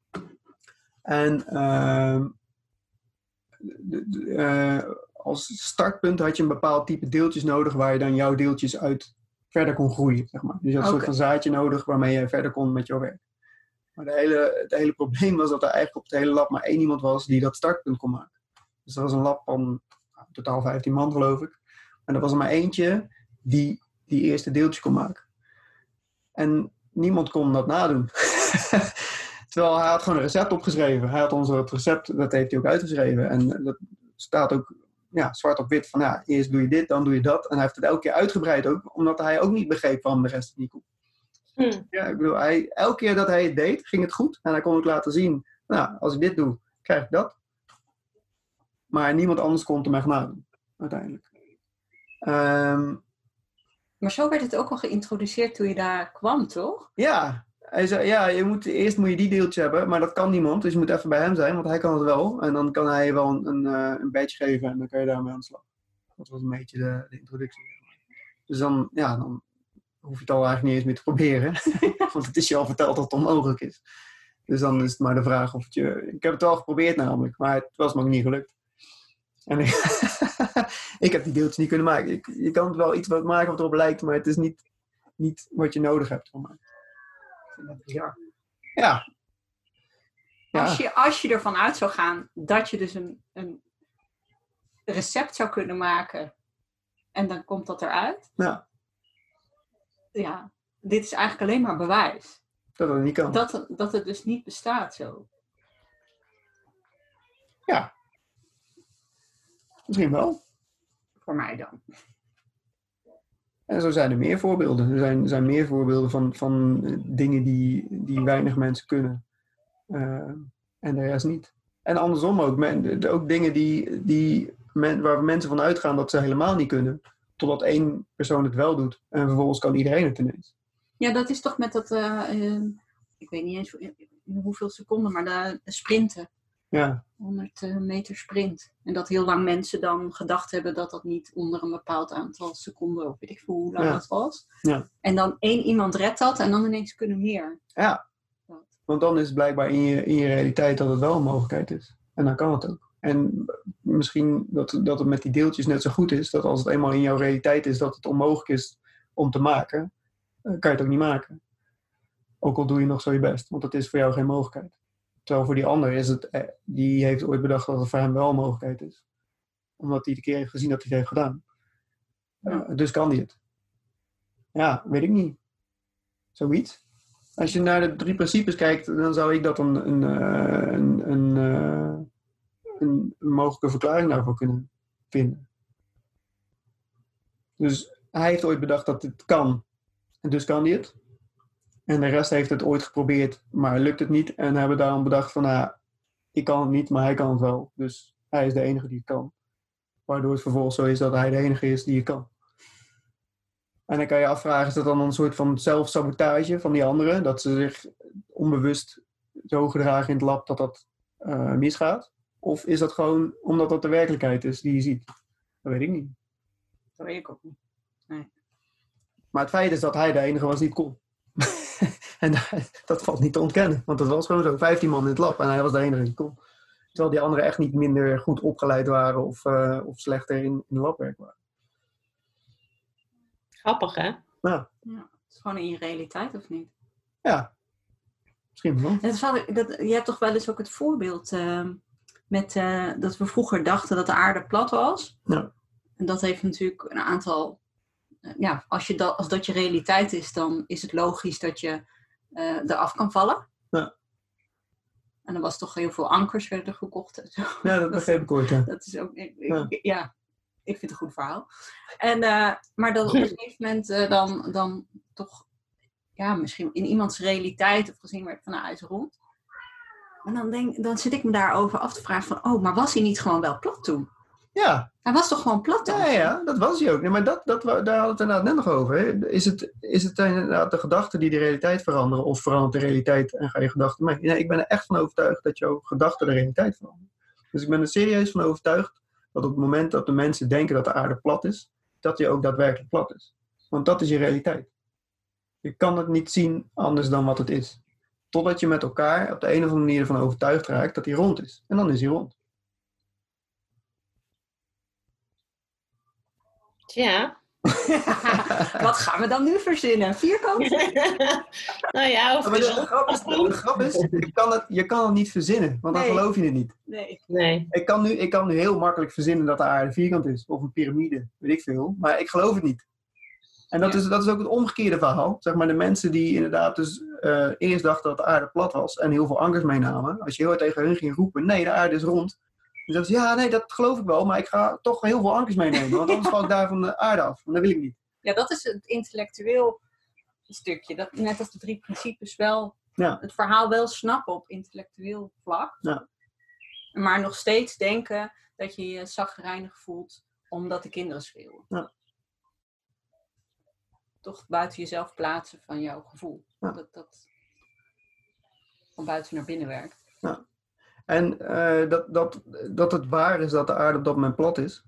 En uh, de, de, uh, als startpunt had je een bepaald type deeltjes nodig waar je dan jouw deeltjes uit verder kon groeien, zeg maar. Dus je had een okay. soort van zaadje nodig waarmee je verder kon met jouw werk. Maar de hele, het hele probleem was dat er eigenlijk op het hele lab maar één iemand was die dat startpunt kon maken. Dus dat was een lab van nou, totaal vijftien man, geloof ik. En er was er maar eentje die die eerste deeltje kon maken. En niemand kon dat nadoen. Terwijl hij had gewoon een recept opgeschreven. Hij had ons het recept, dat heeft hij ook uitgeschreven. En dat staat ook ja, zwart op wit van ja, eerst doe je dit, dan doe je dat. En hij heeft het elke keer uitgebreid ook, omdat hij ook niet begreep waarom de rest het niet kon. Hmm. Ja, ik bedoel, hij, elke keer dat hij het deed, ging het goed. En hij kon ook laten zien, nou, als ik dit doe, krijg ik dat. Maar niemand anders kon het hem echt nadoen, uiteindelijk. Um, maar zo werd het ook al geïntroduceerd toen je daar kwam, toch? Ja, hij zei, ja, je moet, eerst moet je die deeltje hebben, maar dat kan niemand. Dus je moet even bij hem zijn, want hij kan het wel. En dan kan hij wel een, een, een badge geven en dan kan je daarmee aan de slag. Dat was een beetje de, de introductie. Dus dan, ja, dan hoef je het al eigenlijk niet eens meer te proberen. Want het is je al verteld dat het onmogelijk is. Dus dan is het maar de vraag of het je... Ik heb het wel geprobeerd namelijk, maar het was me ook niet gelukt. En ik, ik heb die deeltjes niet kunnen maken. Ik, je kan het wel iets wat maken wat erop lijkt, maar het is niet, niet wat je nodig hebt voor mij. Ja. Ja. Ja. Als je, als je ervan uit zou gaan dat je dus een, een recept zou kunnen maken en dan komt dat eruit. Ja. Ja, dit is eigenlijk alleen maar bewijs. Dat het niet kan. Dat, dat het dus niet bestaat zo. Ja. Misschien wel. Voor mij dan. En zo zijn er meer voorbeelden. Er zijn, er zijn meer voorbeelden van, van dingen die, die weinig mensen kunnen. Uh, en de rest niet. En andersom ook. Men, ook dingen die, die men, waar mensen van uitgaan dat ze helemaal niet kunnen. Totdat één persoon het wel doet. En vervolgens kan iedereen het ineens. Ja, dat is toch met dat... Uh, uh, ik weet niet eens in, in hoeveel seconden, maar de, de sprinten. Ja. honderd meter sprint. En dat heel lang mensen dan gedacht hebben dat dat niet onder een bepaald aantal seconden, of weet ik veel hoe lang ja. dat was. Ja. En dan één iemand redt dat en dan ineens kunnen meer. Ja, dat. Want dan is het blijkbaar in je, in je realiteit dat het wel een mogelijkheid is. En dan kan het ook. En misschien dat, dat het met die deeltjes net zo goed is, dat als het eenmaal in jouw realiteit is dat het onmogelijk is om te maken, kan je het ook niet maken. Ook al doe je nog zo je best, want dat is voor jou geen mogelijkheid. Terwijl voor die ander is het, die heeft ooit bedacht dat het voor hem wel een mogelijkheid is. Omdat hij de keer heeft gezien dat hij het heeft gedaan. Ja. Uh, dus kan hij het. Ja, weet ik niet. Zoiets. Als je naar de drie principes kijkt, dan zou ik dat een, een, een, een, een, een mogelijke verklaring daarvoor kunnen vinden. Dus hij heeft ooit bedacht dat het kan. En dus kan hij het. En de rest heeft het ooit geprobeerd, maar lukt het niet. En hebben daarom bedacht van, nou, ik kan het niet, maar hij kan het wel. Dus hij is de enige die het kan. Waardoor het vervolgens zo is dat hij de enige is die het kan. En dan kan je afvragen, is dat dan een soort van zelfsabotage van die anderen? Dat ze zich onbewust zo gedragen in het lab dat dat uh, misgaat? Of is dat gewoon omdat dat de werkelijkheid is die je ziet? Dat weet ik niet. Dat weet ik ook niet. Nee. Maar het feit is dat hij de enige was die het kon. En dat valt niet te ontkennen. Want dat was gewoon zo. vijftien man in het lab en hij was de enige die het kon. Terwijl die anderen echt niet minder goed opgeleid waren of, uh, of slechter in, in labwerk waren. Grappig, hè? Ja. Ja, het is gewoon in je realiteit, of niet? Ja. Misschien wel. Dat is wel dat, je hebt toch wel eens ook het voorbeeld uh, met uh, dat we vroeger dachten dat de aarde plat was. Ja. En dat heeft natuurlijk een aantal... Uh, ja, als, je dat, als dat je realiteit is, dan is het logisch dat je uh, eraf kan vallen. Ja. En dan was toch heel veel ankers werden gekocht. En zo. Ja, dat begreep ik ooit, ja. Dat is ook... Ik, Ja. ik, ja, ik vind het een goed verhaal. En, uh, maar dat op een gegeven moment uh, dan, dan toch... Ja, misschien in iemands realiteit of gezien werd van, nou, hij is rond. En dan, denk, dan zit ik me daarover af te vragen van, oh, maar was hij niet gewoon wel plat toen? Ja. Hij was toch gewoon plat dan? Ja, ja, dat was hij ook. Nee, maar dat, dat, daar hadden we het inderdaad net nog over. Hè. Is het, is het inderdaad de gedachten die de realiteit veranderen? Of verandert de realiteit en ga je gedachten mee? Nee, ik ben er echt van overtuigd dat jouw gedachten de realiteit veranderen. Dus ik ben er serieus van overtuigd dat op het moment dat de mensen denken dat de aarde plat is, dat die ook daadwerkelijk plat is. Want dat is je realiteit. Je kan het niet zien anders dan wat het is. Totdat je met elkaar op de een of andere manier ervan overtuigd raakt dat hij rond is. En dan is hij rond. Ja. Wat gaan we dan nu verzinnen? Vierkant? Nou ja, of Maar de, de, grap is, de grap is, je kan, het, je kan het niet verzinnen. Want dan Nee. geloof je het niet. Nee. Nee. Ik kan, nu, ik kan nu heel makkelijk verzinnen dat de aarde vierkant is. Of een piramide, weet ik veel. Maar ik geloof het niet. En dat, Ja. is, dat is ook het omgekeerde verhaal. Zeg maar de mensen die inderdaad dus uh, eerst dachten dat de aarde plat was. En heel veel ankers meenamen. Als je heel hard tegen hun ging roepen, nee, de aarde is rond. Dan zeggen ze, ja, nee, dat geloof ik wel. Maar ik ga toch heel veel ankers meenemen. Want anders val ik daar van de aarde af. En dat wil ik niet. Ja, dat is het intellectueel stukje. Dat, net als de drie principes wel Ja. het verhaal wel snappen op intellectueel vlak. Ja. Maar nog steeds denken dat je je chagrijnig voelt omdat de kinderen schreeuwen. Ja. Toch buiten jezelf plaatsen van jouw gevoel. Ja. Dat dat van buiten naar binnen werkt. Ja. En uh, dat, dat, dat het waar is dat de aarde op dat moment plat is.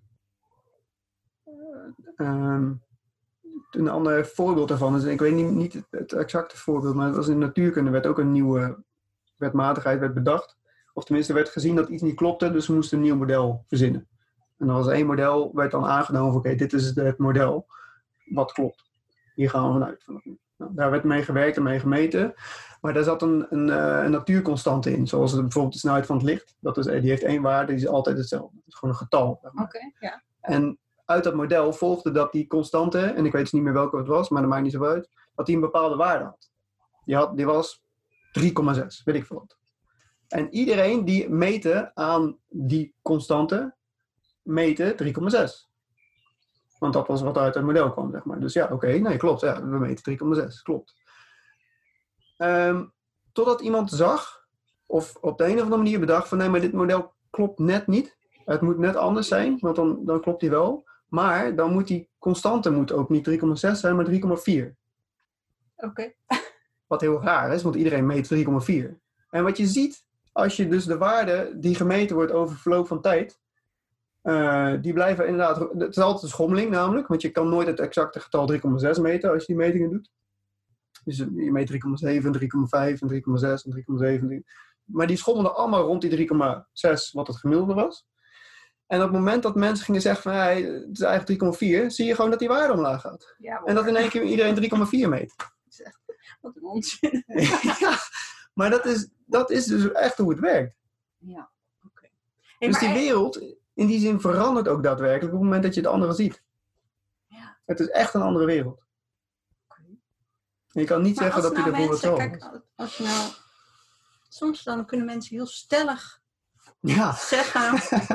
Uh, een ander voorbeeld daarvan is, ik weet niet, niet het, het exacte voorbeeld, maar het was in natuurkunde werd ook een nieuwe wetmatigheid werd bedacht. Of tenminste werd gezien dat iets niet klopte, dus we moesten een nieuw model verzinnen. En er was één model, werd dan aangenomen van oké, okay, dit is het model wat klopt. Hier gaan we vanuit. Nou, daar werd mee gewerkt en mee gemeten. Maar daar zat een, een, een natuurconstante in. Zoals bijvoorbeeld de snelheid van het licht. Dat is, die heeft één waarde, die is altijd hetzelfde. Het is gewoon een getal. Zeg maar. Oké, okay, ja. En uit dat model volgde dat die constante, en ik weet dus niet meer welke het was, maar dat maakt niet zo uit, dat die een bepaalde waarde had. Die, had, die was drie komma zes, weet ik veel wat. En iedereen die meten aan die constante, meten drie komma zes. Want dat was wat uit het model kwam, zeg maar. Dus ja, oké, okay, nee, klopt. Ja, we meten drie komma zes, klopt. Um, totdat iemand zag, of op de een of andere manier bedacht van nee, maar dit model klopt net niet. Het moet net anders zijn, want dan, dan klopt die wel. Maar dan moet die constante moet ook niet drie komma zes zijn, maar drie komma vier. Oké. Okay. Wat heel raar is, want iedereen meet drie komma vier. En wat je ziet, als je dus de waarde die gemeten wordt over verloop van tijd, uh, die blijven inderdaad, het is altijd een schommeling namelijk, want je kan nooit het exacte getal drie komma zes meten als je die metingen doet. Dus je meet drie komma zeven, drie komma vijf en drie komma zes en drie komma zeven. Maar die schommelden allemaal rond die drie komma zes, wat het gemiddelde was. En op het moment dat mensen gingen zeggen van hey, het is eigenlijk drie komma vier, zie je gewoon dat die waarde omlaag gaat. Ja, en dat in één keer iedereen drie komma vier meet. Wat een onzin. Ja, maar dat is, dat is dus echt hoe het werkt. Ja, oké. Okay. Hey, dus die maar... wereld, in die zin verandert ook daadwerkelijk op het moment dat je het andere ziet. Ja. Het is echt een andere wereld. Okay. En je kan niet maar zeggen dat nou die bijvoorbeeld zo kijk, is. Als je nou... Soms dan kunnen mensen heel stellig ja. zeggen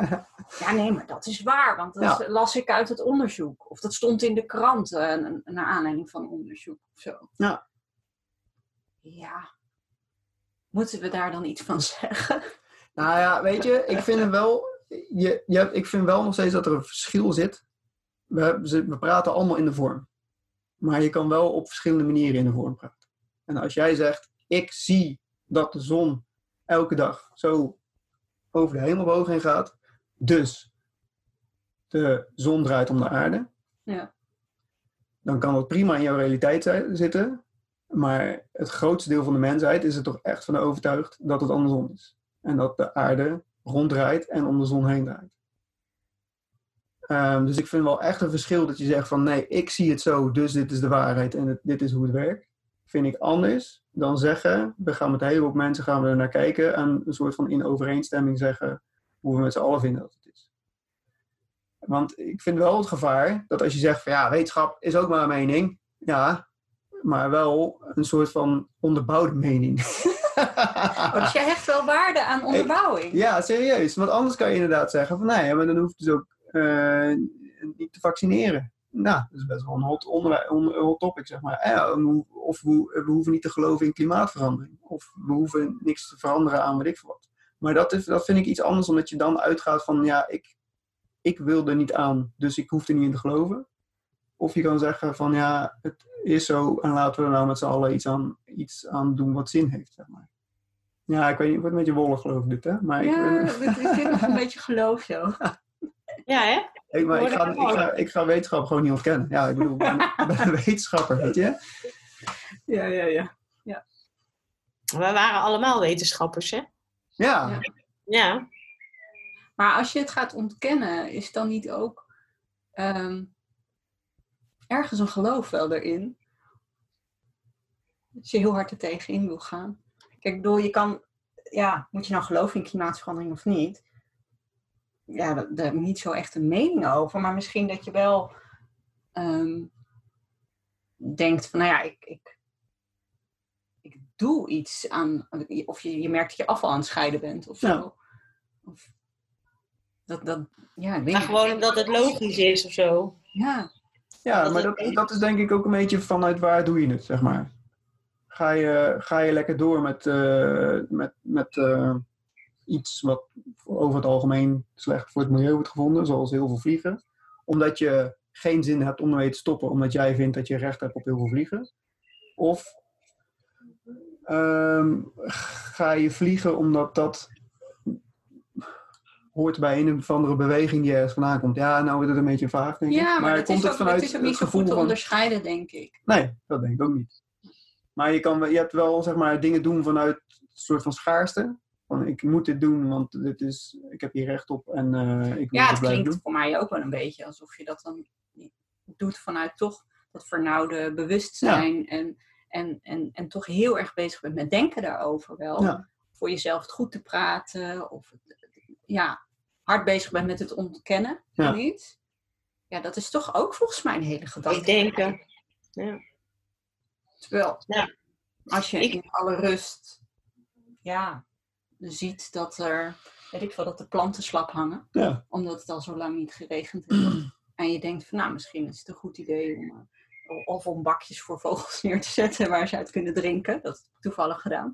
Ja, nee, maar dat is waar. Want dat Ja. las ik uit het onderzoek. Of dat stond in de krant uh, naar aanleiding van onderzoek of zo. Ja. Ja. Moeten we daar dan iets van zeggen? Nou ja, weet je, ik vind het wel... Je, je hebt, ik vind wel nog steeds dat er een verschil zit. We, we praten allemaal in de vorm. Maar je kan wel op verschillende manieren in de vorm praten. En als jij zegt, ik zie dat de zon elke dag zo over de hemelboog heen gaat. Dus de zon draait om de aarde. Ja. Dan kan dat prima in jouw realiteit zi- zitten. Maar het grootste deel van de mensheid is er toch echt van overtuigd dat het andersom is. En dat de aarde ronddraait en om de zon heen draait. Um, dus ik vind wel echt een verschil dat je zegt van nee, ik zie het zo, dus dit is de waarheid en het, dit is hoe het werkt. Vind ik anders dan zeggen, we gaan met een heleboel mensen gaan we er naar kijken en een soort van in overeenstemming zeggen hoe we met z'n allen vinden dat het is. Want ik vind wel het gevaar dat als je zegt van ja, wetenschap is ook maar een mening. Ja, maar wel een soort van onderbouwde mening. Oh, dus jij hecht wel waarde aan onderbouwing? Ja, serieus. Want anders kan je inderdaad zeggen van nee, maar dan hoeft dus ook uh, niet te vaccineren. Nou, dat is best wel een hot, onderwij- on- hot topic, zeg maar. Ja, of we, we hoeven niet te geloven in klimaatverandering. Of we hoeven niks te veranderen aan weet ik veel wat. Maar dat, is, dat vind ik iets anders, omdat je dan uitgaat van ja, ik, ik wil er niet aan, dus ik hoef er niet in te geloven. Of je kan zeggen van ja, het is zo en laten we er nou met z'n allen iets aan, iets aan doen wat zin heeft, zeg maar. Ja, ik weet niet, het wordt een beetje wollig geloof ik dit, hè? Maar ja, ik, het is nog een beetje geloof zo. Ja, hè? Ik, maar ik, ga, ik, ga, ik ga wetenschap gewoon niet ontkennen. Ja, ik bedoel, ik ben, ik ben een wetenschapper, weet je? Ja, ja, ja, ja. We waren allemaal wetenschappers, hè? Ja. Ja. Ja. Maar als je het gaat ontkennen, is dan niet ook um, ergens een geloof wel erin? Als je heel hard er tegenin wil gaan. Kijk, ik bedoel, je kan... Ja, moet je nou geloven in klimaatverandering of niet? Ja, daar, daar heb ik niet zo echt een mening over. Maar misschien dat je wel um, denkt van, nou ja, ik, ik, ik doe iets aan... Of je, je merkt dat je afval aan het scheiden bent of zo. Ja. Of, dat, dat, ja, ik weet Maar niet. gewoon omdat het logisch is of zo. Ja. Ja, maar dat, dat is denk ik ook een beetje vanuit waar doe je het, zeg maar. Ga je, ga je lekker door met, uh, met, met uh, iets wat over het algemeen slecht voor het milieu wordt gevonden, zoals heel veel vliegen. Omdat je geen zin hebt om ermee te stoppen, omdat jij vindt dat je recht hebt op heel veel vliegen. Of um, ga je vliegen omdat dat hoort bij een of andere beweging die ergens vandaan komt. Ja, nou wordt het een beetje vaag, denk ik. Ja, maar, maar het, komt is het ook, vanuit het is ook niet zo goed te van... onderscheiden, denk ik. Nee, dat denk ik ook niet. Maar je, kan, je hebt wel, zeg maar, dingen doen vanuit een soort van schaarste. Van, ik moet dit doen, want dit is, ik heb hier recht op en uh, ik wil ja, het blijven doen. Ja, het klinkt voor mij ook wel een beetje alsof je dat dan doet vanuit toch dat vernauwde bewustzijn. Ja. En, en, en, en toch heel erg bezig bent met denken daarover wel. Ja. Voor jezelf het goed te praten. Of ja, hard bezig bent met het ontkennen van ja. iets. Ja, dat is toch ook volgens mij een hele gedachte. Ik denk, ja. Terwijl, ja. als je in alle rust ja, ziet dat er, weet ik veel, dat de planten slap hangen. Ja. Omdat het al zo lang niet geregend heeft. En je denkt van, nou, misschien is het een goed idee om, of om bakjes voor vogels neer te zetten waar ze uit kunnen drinken. Dat heb ik toevallig gedaan.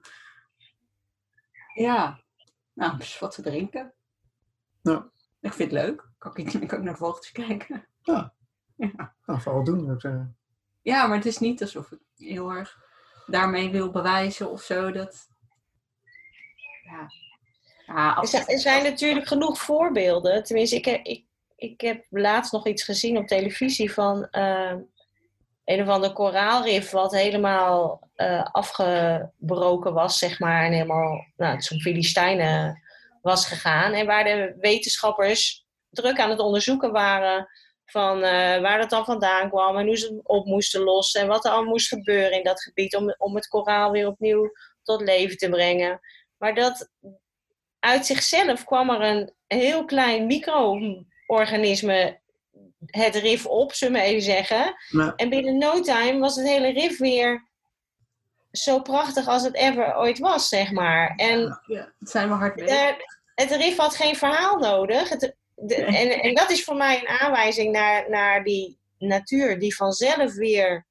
Ja, nou, dus wat te drinken. Ja. Ik vind het leuk. Kan ik, ik kan ook naar vogels kijken. Ja. Ja. Nou, vooral doen, zou ik zeggen. Ja, maar het is niet alsof ik heel erg daarmee wil bewijzen of zo. Dat... Ja. Ja, er, zijn, er zijn natuurlijk genoeg voorbeelden. Tenminste, ik heb, ik, ik heb laatst nog iets gezien op televisie van uh, een of ander koraalrif wat helemaal uh, afgebroken was, zeg maar. En helemaal nou, zo'n Filistijnen was gegaan. En waar de wetenschappers druk aan het onderzoeken waren van uh, waar dat dan vandaan kwam en hoe ze het op moesten lossen en wat er al moest gebeuren in dat gebied om, om het koraal weer opnieuw tot leven te brengen. Maar dat uit zichzelf kwam er een heel klein micro-organisme het rif op, zullen we even zeggen. Nee. En binnen no time was het hele rif weer zo prachtig als het ever ooit was, zeg maar. En ja, het zijn we hard bezig. Het rif had geen verhaal nodig. Het, de, en, en dat is voor mij een aanwijzing naar, naar die natuur die vanzelf weer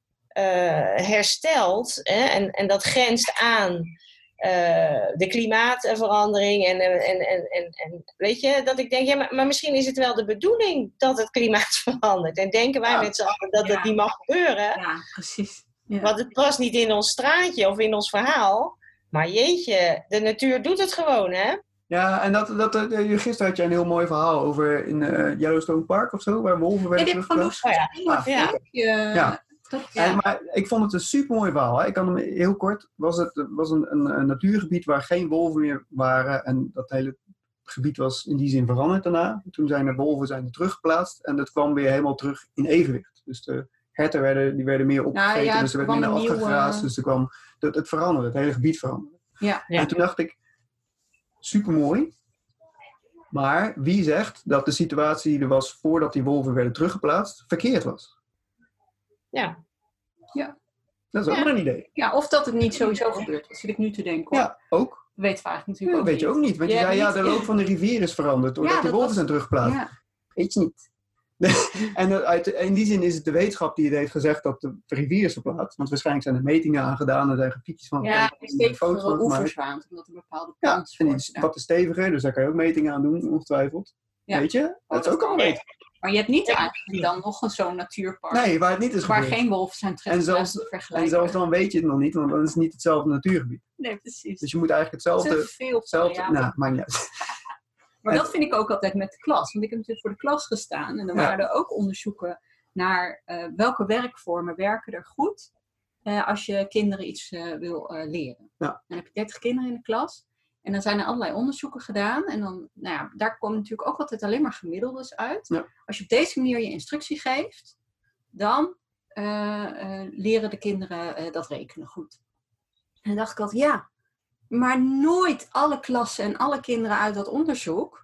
uh, herstelt. Hè? En, en dat grenst aan uh, de klimaatverandering. En, en, en, en, en weet je, dat ik denk, ja, maar, maar misschien is het wel de bedoeling dat het klimaat verandert. En denken wij ja. met z'n allen dat ja. dat niet mag gebeuren. Ja, precies. Ja. Want het past niet in ons straatje of in ons verhaal. Maar jeetje, de natuur doet het gewoon, hè? Ja, en dat, dat, gisteren had je een heel mooi verhaal over in uh, Yellowstone Park of zo, waar wolven werden teruggebracht. Oh, ja. Ah, ja. Ja. ja. Dat, ja. En, maar ik vond het een super mooi verhaal. Hè. Ik kan hem heel kort. Was het was een, een, een natuurgebied waar geen wolven meer waren. En dat hele gebied was in die zin veranderd daarna. Toen zijn er wolven zijn er teruggeplaatst. En dat kwam weer helemaal terug in evenwicht. Dus de herten werden, die werden meer opgegeten. Nou, ja, dus er werd minder afgegraasd. Uh... Dus er kwam, het, het veranderde. Het hele gebied veranderde. Ja. Ja. En toen dacht ik, super mooi. Maar wie zegt dat de situatie die er was voordat die wolven werden teruggeplaatst verkeerd was? Ja. Ja. Dat is ook ja. maar een idee. Ja, of dat het niet sowieso gebeurd is. Zit ik nu te denken. Hoor. Ja, ook. Dat weet vaak natuurlijk ja, ook weet je niet. ook niet. Want je, je zei, ja, de loop van de rivier is veranderd. Doordat ja, die wolven was... zijn teruggeplaatst. Ja. Weet je niet. En uit, in die zin is het de wetenschap die het heeft gezegd dat de rivier is verplaatst. Want waarschijnlijk zijn er metingen aangedaan. Er zijn grafiekjes van. Ja, het is stevigere oevers, omdat er bepaalde kans ja, is. Wat is steviger, dus daar kan je ook metingen aan doen, ongetwijfeld. Ja. Weet je? Dat is ook al weten. Maar je hebt niet eigenlijk dan nog zo'n natuurpark. Nee, waar het niet is waar gebeurd. geen wolven zijn teruggeplaatst te vergelijken. En zelfs dan weet je het nog niet, want dan is het niet hetzelfde natuurgebied. Nee, precies. Dus je moet eigenlijk hetzelfde... Te veel hetzelfde ja. Nou, maakt niet uit. Maar dat vind ik ook altijd met de klas. Want ik heb natuurlijk voor de klas gestaan. En dan ja. waren er ook onderzoeken naar uh, welke werkvormen werken er goed. Uh, als je kinderen iets uh, wil uh, leren. Ja. Dan heb je dertig kinderen in de klas. En dan zijn er allerlei onderzoeken gedaan. En dan, nou ja, daar komen natuurlijk ook altijd alleen maar gemiddeldes uit. Ja. Als je op deze manier je instructie geeft, dan uh, uh, leren de kinderen uh, dat rekenen goed. En dan dacht ik altijd, ja, maar nooit alle klassen en alle kinderen uit dat onderzoek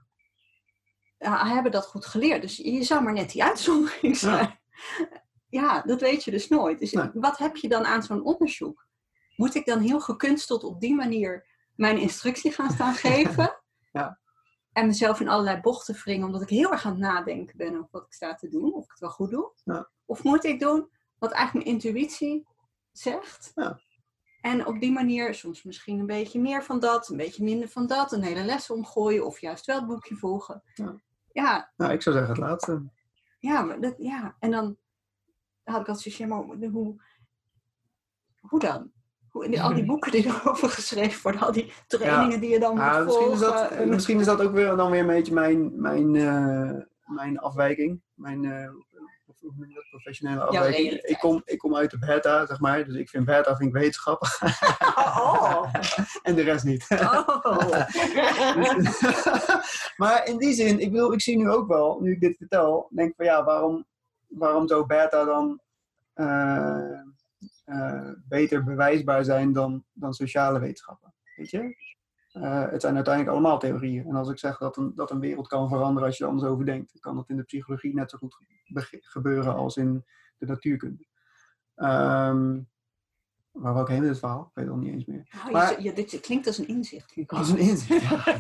uh, hebben dat goed geleerd. Dus je zou maar net die uitzondering zijn. Ja, ja dat weet je dus nooit. Dus nee. Wat heb je dan aan zo'n onderzoek? Moet ik dan heel gekunsteld op die manier mijn instructie gaan staan geven. Ja. En mezelf in allerlei bochten wringen. Omdat ik heel erg aan het nadenken ben over wat ik sta te doen. Of ik het wel goed doe. Ja. Of moet ik doen wat eigenlijk mijn intuïtie zegt. Ja. En op die manier soms misschien een beetje meer van dat. Een beetje minder van dat. Een hele les omgooien. Of juist wel het boekje volgen. Ja. Ja. Nou, ik zou zeggen het laatste. Ja, maar dat, ja. En dan had ik altijd zoiets. Ja, maar hoe, hoe dan? Die, al die boeken die erover geschreven worden, al die trainingen ja. die je dan moet ja, volgen. Misschien is dat, misschien is dat ook weer, dan weer een beetje mijn, mijn, uh, mijn afwijking. Mijn uh, professionele afwijking. Ja, ik, kom, ik kom uit de beta, zeg maar. Dus ik vind beta vind ik wetenschap. Oh. En de rest niet. Oh. Dus, maar in die zin, ik, wil, ik zie nu ook wel, nu ik dit vertel, denk ik van ja, waarom, waarom zou beta dan... Uh, Uh, beter bewijsbaar zijn dan, dan sociale wetenschappen. Weet je? Uh, het zijn uiteindelijk allemaal theorieën. En als ik zeg dat een, dat een wereld kan veranderen als je er anders over denkt, dan kan dat in de psychologie net zo goed ge- gebeuren als in de natuurkunde. Um, waar wil ik heen met het verhaal? Ik weet het al niet eens meer. Oh, maar, je, dit klinkt als een inzicht. Als een inzicht, ja.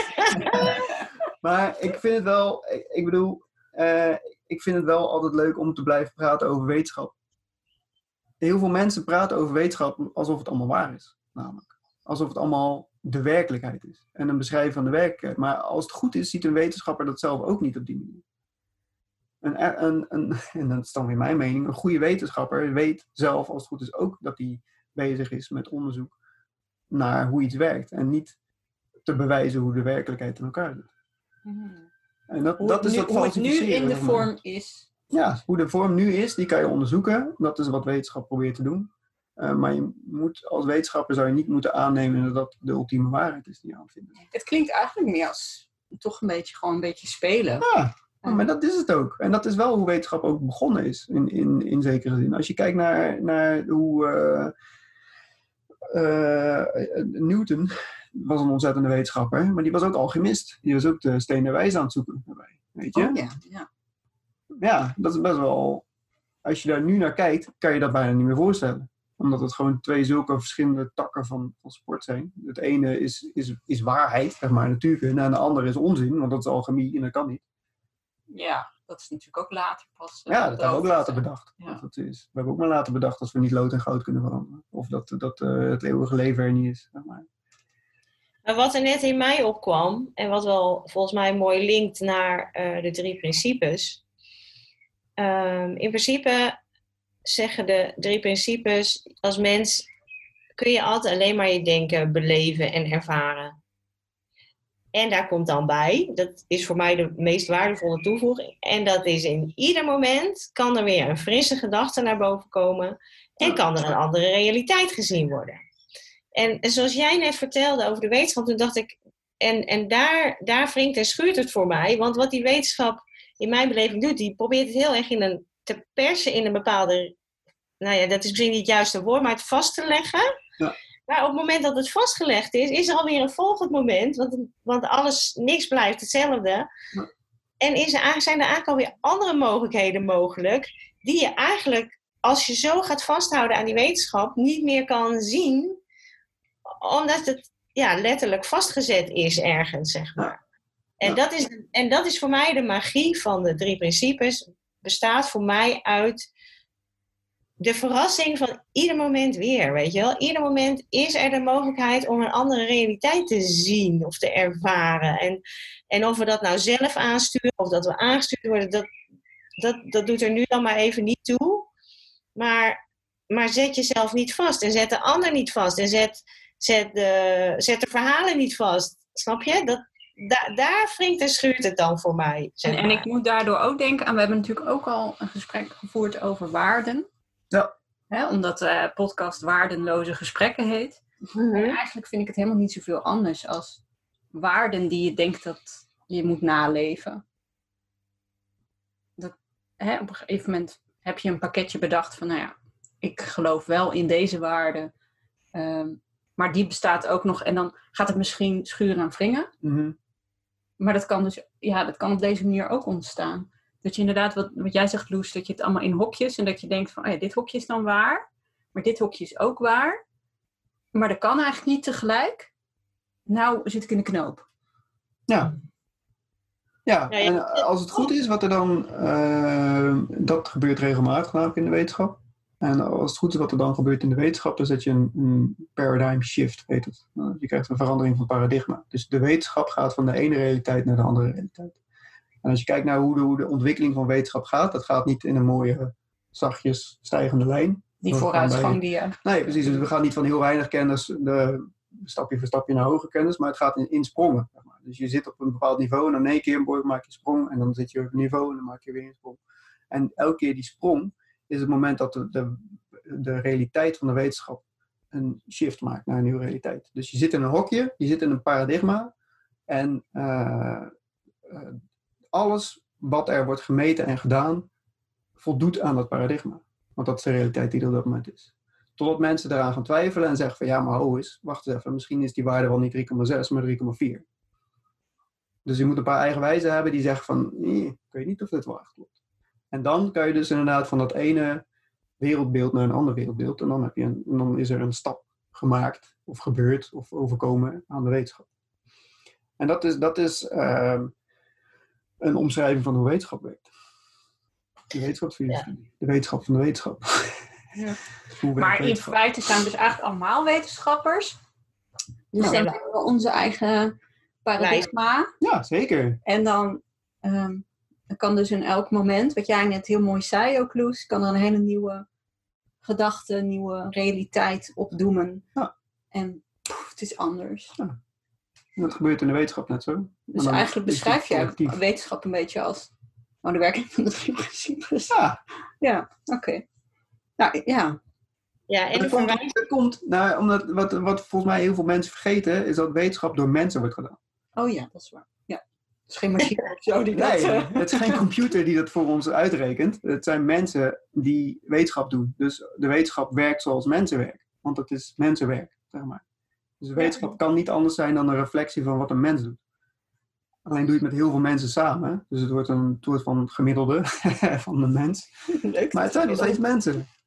Maar ik vind het wel, ik, ik bedoel, uh, ik vind het wel altijd leuk om te blijven praten over wetenschap. Heel veel mensen praten over wetenschap alsof het allemaal waar is. Namelijk. Alsof het allemaal de werkelijkheid is. En een beschrijving van de werkelijkheid. Maar als het goed is, ziet een wetenschapper dat zelf ook niet op die manier. Een, een, een, en dat is dan weer mijn mening. Een goede wetenschapper weet zelf, als het goed is, ook dat hij bezig is met onderzoek naar hoe iets werkt. En niet te bewijzen hoe de werkelijkheid in elkaar zit. Hmm. En dat, hoe dat is nu, dat hoe het nu in de vorm is. Ja, hoe de vorm nu is, die kan je onderzoeken. Dat is wat wetenschap probeert te doen. Uh, maar je moet, als wetenschapper zou je niet moeten aannemen dat dat de ultieme waarheid is die je aan het vinden. Het klinkt eigenlijk meer als toch een beetje gewoon een beetje spelen. Ja, ja, maar dat is het ook. En dat is wel hoe wetenschap ook begonnen is, in, in, in zekere zin. Als je kijkt naar, naar hoe uh, uh, Newton was een ontzettende wetenschapper, maar die was ook alchemist. Die was ook de steen der wijze aan het zoeken daarbij. Weet je? Oh, ja, ja. Ja, dat is best wel... Als je daar nu naar kijkt, kan je dat bijna niet meer voorstellen. Omdat het gewoon twee zulke verschillende takken van, van sport zijn. Het ene is, is, is waarheid, zeg maar, natuurkunde. En de andere is onzin, want dat is alchemie en dat kan niet. Ja, dat is natuurlijk ook later pas. Uh, ja, dat hebben we ook later bedacht. Ja. Dat is. We hebben ook maar later bedacht dat we niet lood en goud kunnen veranderen. Of dat, dat uh, het eeuwige leven er niet is. Zeg maar. Maar wat er net in mij opkwam, en wat wel volgens mij mooi linkt naar uh, de drie principes. Um, in principe zeggen de drie principes, als mens kun je altijd alleen maar je denken, beleven en ervaren. En daar komt dan bij, dat is voor mij de meest waardevolle toevoeging, en dat is in ieder moment kan er weer een frisse gedachte naar boven komen en kan er een andere realiteit gezien worden. En, en zoals jij net vertelde over de wetenschap, toen dacht ik, en, en daar, daar wringt en schuurt het voor mij, want wat die wetenschap in mijn beleving doet, die probeert het heel erg in een, te persen in een bepaalde, nou ja, dat is misschien niet het juiste woord, maar het vast te leggen. Ja. Maar op het moment dat het vastgelegd is, is er alweer een volgend moment, want, want alles, niks blijft hetzelfde. Ja. En is er, zijn er eigenlijk alweer andere mogelijkheden mogelijk, die je eigenlijk, als je zo gaat vasthouden aan die wetenschap, niet meer kan zien, omdat het ja, letterlijk vastgezet is ergens, zeg maar. Ja. En, dat is, en dat is voor mij de magie van de drie principes, bestaat voor mij uit de verrassing van ieder moment weer, weet je wel. Ieder moment is er de mogelijkheid om een andere realiteit te zien of te ervaren. En, en of we dat nou zelf aansturen of dat we aangestuurd worden, dat, dat, dat doet er nu dan maar even niet toe. Maar, maar zet jezelf niet vast en zet de ander niet vast en zet, zet, de, zet de verhalen niet vast. Snap je? Dat, da, daar wringt en schuurt het dan voor mij. Zeg en, maar. en ik moet daardoor ook denken aan, we hebben natuurlijk ook al een gesprek gevoerd over waarden. Ja. Hè, omdat de uh, podcast Waardenloze Gesprekken heet. Mm-hmm. En eigenlijk vind ik het helemaal niet zoveel anders als waarden die je denkt dat je moet naleven. Dat, hè, op een gegeven moment heb je een pakketje bedacht van, nou ja, ik geloof wel in deze waarden. Um, maar die bestaat ook nog en dan gaat het misschien schuren en wringen. Mm-hmm. Maar dat kan dus, ja, dat kan op deze manier ook ontstaan. Dat je inderdaad, wat, wat jij zegt, Loes, dat je het allemaal in hokjes en dat je denkt van, oh ja, dit hokje is dan waar, maar dit hokje is ook waar. Maar dat kan eigenlijk niet tegelijk. Nou zit ik in de knoop. Ja. Ja, en als het goed is, wat er dan, uh, dat gebeurt regelmatig namelijk in de wetenschap. En als het goed is wat er dan gebeurt in de wetenschap, dan zet je een, een paradigm shift, heet het. Je krijgt een verandering van paradigma. Dus de wetenschap gaat van de ene realiteit naar de andere realiteit. En als je kijkt naar hoe de, hoe de ontwikkeling van wetenschap gaat, dat gaat niet in een mooie, zachtjes stijgende lijn. Die vooruitgang die je... Nee, precies. Dus we gaan niet van heel weinig kennis, de, stapje voor stapje naar hoge kennis, maar het gaat in, in sprongen. Zeg maar. Dus je zit op een bepaald niveau en dan in één keer maak je een sprong en dan zit je op een niveau en dan maak je weer een sprong. En elke keer die sprong is het moment dat de, de, de realiteit van de wetenschap een shift maakt naar een nieuwe realiteit. Dus je zit in een hokje, je zit in een paradigma en uh, uh, alles wat er wordt gemeten en gedaan voldoet aan dat paradigma. Want dat is de realiteit die er op dat moment is. Totdat mensen daaraan gaan twijfelen en zeggen van ja, maar ho eens, wacht eens even, misschien is die waarde wel niet drie komma zes, maar drie komma vier. Dus je moet een paar eigenwijzen hebben die zeggen van, nee, ik weet niet of dit wel echt klopt. En dan kan je dus inderdaad van dat ene wereldbeeld naar een ander wereldbeeld. En dan, heb je een, en dan is er een stap gemaakt, of gebeurd, of overkomen aan de wetenschap. En dat is, dat is uh, een omschrijving van hoe wetenschap werkt. De wetenschapsfilosofie. Ja. De wetenschap van de wetenschap. Ja. Maar in feite zijn we dus eigenlijk allemaal wetenschappers. Dus nou, dan hebben we onze eigen paradigma. Ja, zeker. En dan... Um, Dan kan dus in elk moment, wat jij net heel mooi zei ook, Loes, kan er een hele nieuwe gedachte, een nieuwe realiteit opdoemen. Ja. En poef, het is anders. Ja. En dat gebeurt in de wetenschap net zo. Dus eigenlijk beschrijf je wetenschap een beetje als oh, de werking van de drie principes. Ja. Ja, oké. Okay. Nou, ja. Ja, en dat komt, dat komt nou, omdat wat, wat volgens mij heel veel mensen vergeten, is dat wetenschap door mensen wordt gedaan. Oh ja, dat is waar. Ja. Het is geen machine of zo die dat... Nee, het is geen computer die dat voor ons uitrekent. Het zijn mensen die wetenschap doen. Dus de wetenschap werkt zoals mensen werken. Want het is mensenwerk, zeg maar. Dus de wetenschap kan niet anders zijn dan een reflectie van wat een mens doet. Alleen doe je het met heel veel mensen samen. Dus het wordt een soort van gemiddelde van de mens. Leuk, maar het zijn nog steeds mensen.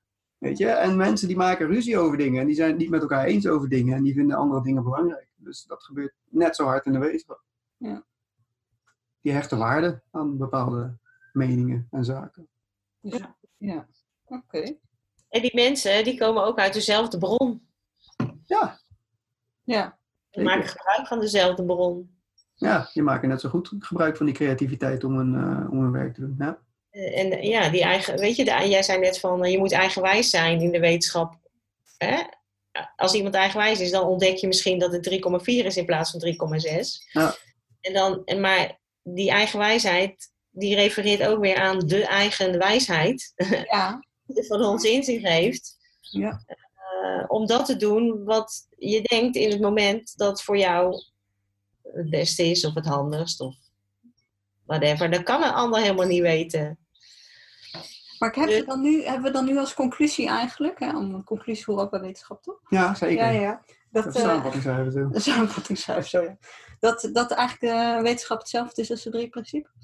Weet je? En mensen die maken ruzie over dingen. En die zijn het niet met elkaar eens over dingen. En die vinden andere dingen belangrijk. Dus dat gebeurt net zo hard in de wetenschap. Ja. Die hechten waarde aan bepaalde meningen en zaken. Dus, ja. Oké. Okay. En die mensen, die komen ook uit dezelfde bron. Ja. Ja. Die maken gebruik van dezelfde bron. Ja, die maken net zo goed gebruik van die creativiteit om hun, uh, om hun werk te doen. Ja. En ja, die eigen, weet je, de, jij zei net van, je moet eigenwijs zijn in de wetenschap. Hè? Als iemand eigenwijs is, dan ontdek je misschien dat het drie komma vier is in plaats van drie komma zes. Ja. En dan, en maar die eigenwijsheid, die refereert ook weer aan de eigen wijsheid. Ja. Die van ons inzicht heeft. Ja. Uh, om dat te doen wat je denkt in het moment dat voor jou het beste is of het handigst of whatever. Dat kan een ander helemaal niet weten. Maar ik heb je dan nu, hebben we dan nu als conclusie eigenlijk, hè, om een conclusie voor ook bij wetenschap, toch? Ja, zeker. Ja, ja. Dat, dat samenvattingscijfer zo. De samenvattingscijfer zo, ja. Dat, dat eigenlijk de wetenschap hetzelfde is als de drie principes?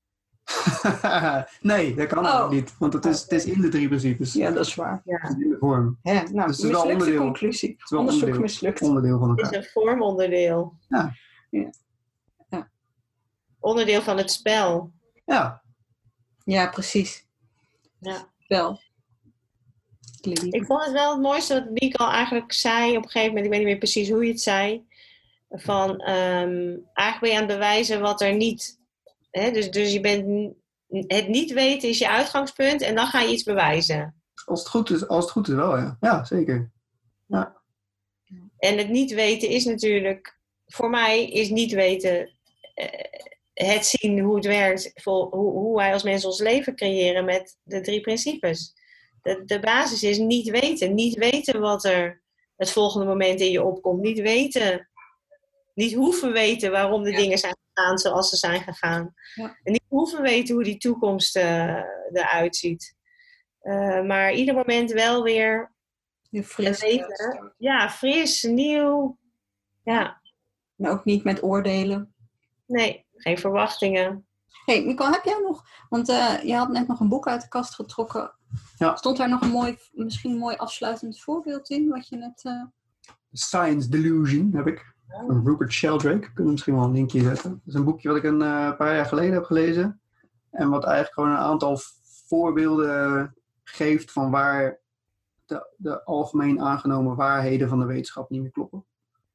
Nee, dat kan oh. niet. Want het is, het is in de drie principes. Ja, dat is waar. Ja. Het is in de vorm. Ja, nou, dus het is wel onderdeel. Conclusie. Het is wel Onderzoek onderdeel, mislukt. onderdeel van elkaar. Het is een vormonderdeel. Ja. Ja. Ja. Onderdeel van het spel. Ja. Ja, precies. Ja. Spel. Ik vond het wel het mooiste wat Nico eigenlijk zei op een gegeven moment. Ik weet niet meer precies hoe je het zei. Van, um, eigenlijk ben je aan het bewijzen wat er niet... Hè, dus, dus je bent... Het niet weten is je uitgangspunt en dan ga je iets bewijzen. Als het goed is, als het goed is wel, ja. Ja, zeker. Ja. En het niet weten is natuurlijk... Voor mij is niet weten... Uh, het zien hoe het werkt. Vol, hoe, hoe wij als mensen ons leven creëren met de drie principes. De, de basis is niet weten. Niet weten wat er het volgende moment in je opkomt. Niet weten... Niet hoeven weten waarom de ja. dingen zijn gegaan zoals ze zijn gegaan. Ja. En niet hoeven weten hoe die toekomst uh, eruit ziet. Uh, maar ieder moment wel weer fris weten. Ja, fris, nieuw. Ja. Maar ook niet met oordelen. Nee, geen verwachtingen. Hé, hey, Nicole, heb jij nog... Want uh, je had net nog een boek uit de kast getrokken. Ja. Stond daar nog een mooi, misschien een mooi afsluitend voorbeeld in? Wat je net... Uh... Science Delusion heb ik. Van Rupert Sheldrake. Kunnen we misschien wel een linkje zetten. Dat is een boekje wat ik een uh, paar jaar geleden heb gelezen. En wat eigenlijk gewoon een aantal voorbeelden geeft van waar de, de algemeen aangenomen waarheden van de wetenschap niet meer kloppen.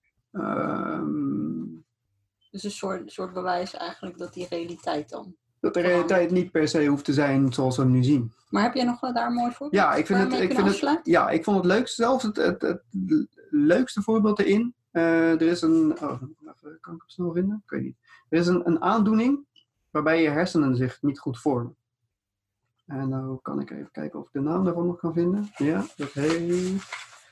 Um, dus een soort, soort bewijs eigenlijk dat die realiteit dan... Dat de realiteit niet per se hoeft te zijn zoals we hem nu zien. Maar heb jij nog daar een mooi voorbeeld? Ja, ik vind het, ik vind het, ja, ik vond het leukste, zelfs het, het, het leukste voorbeeld erin. Uh, er is een... Oh, even, kan ik het snel vinden? Ik weet niet. Er is een, een aandoening waarbij je hersenen zich niet goed vormen. En nou kan ik even kijken of ik de naam daarvan nog kan vinden. Ja, dat heet...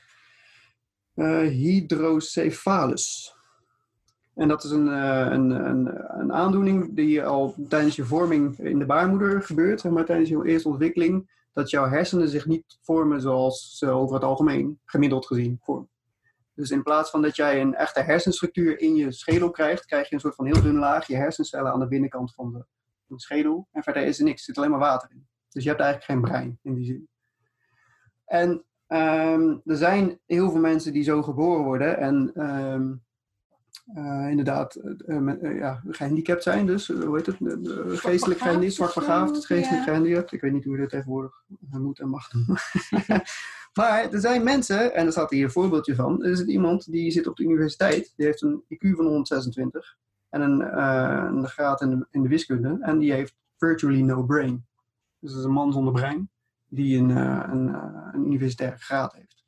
Uh, hydrocephalus. En dat is een, uh, een, een, een aandoening die al tijdens je vorming in de baarmoeder gebeurt. Zeg maar tijdens je eerste ontwikkeling. Dat jouw hersenen zich niet vormen zoals ze over het algemeen gemiddeld gezien vormen. Dus in plaats van dat jij een echte hersenstructuur in je schedel krijgt, krijg je een soort van heel dun laagje hersencellen aan de binnenkant van de, van de schedel. En verder is er niks, er zit alleen maar water in. Dus je hebt eigenlijk geen brein in die zin. En um, er zijn heel veel mensen die zo geboren worden en um, uh, inderdaad uh, met, uh, ja, gehandicapt zijn. Dus, uh, hoe heet het? Uh, uh, geestelijk gehandicapt, zwak begaafd, geestelijk ja. gehandicapt. Ik weet niet hoe je dat tegenwoordig moet en mag doen. Maar er zijn mensen, en er staat hier een voorbeeldje van. Er is iemand die zit op de universiteit. Die heeft een I Q van honderdzesentwintig. En een, uh, een graad in de, in de wiskunde. En die heeft virtually no brain. Dus dat is een man zonder brein. Die een, uh, een, uh, een universitaire graad heeft.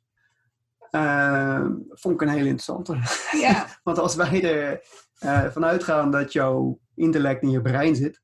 Uh, vond ik een hele interessante. Ja. Want als wij er uh, vanuit gaan dat jouw intellect in je brein zit.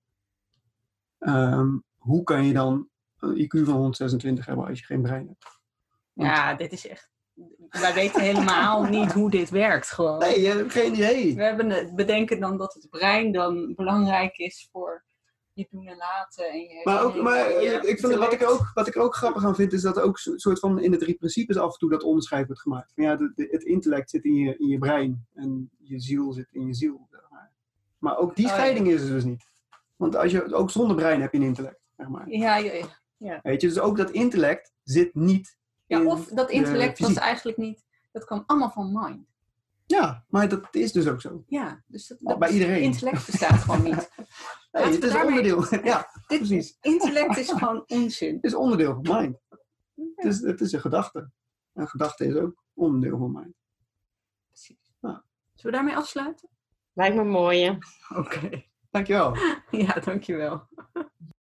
Um, hoe kan je dan een I Q van honderdzesentwintig hebben als je geen brein hebt? Ja, dit is echt... Wij weten helemaal niet hoe dit werkt gewoon. Nee, je hebt geen idee. We hebben het bedenken dan dat het brein dan belangrijk is voor je doen en laten. En je maar ook, maar je, ik vind, wat, ik ook, wat ik er ook grappig aan vind, is dat er ook een soort van in de drie principes af en toe dat onderscheid wordt gemaakt. Ja, de, de, het intellect zit in je, in je brein en je ziel zit in je ziel. Maar ook die scheiding oh, ja. is er dus niet. Want als je, ook zonder brein heb je een intellect. Zeg maar. Ja, ja, ja. Weet je, dus ook dat intellect zit niet Ja, in of dat de intellect was fysiek. eigenlijk niet... Dat kwam allemaal van mind. Ja, maar dat is dus ook zo. Ja, dus dat, Oh, dat bij iedereen. intellect bestaat gewoon niet. Nee, Laten het we is daarmee- onderdeel. Ja, Dit precies. intellect is gewoon onzin. Het is onderdeel van mind. Ja, Het is, het is een gedachte. Een gedachte is ook onderdeel van mind. precies. Ja. Zullen we daarmee afsluiten? Lijkt me mooi. Hè? Oké. Dankjewel. Ja, dankjewel.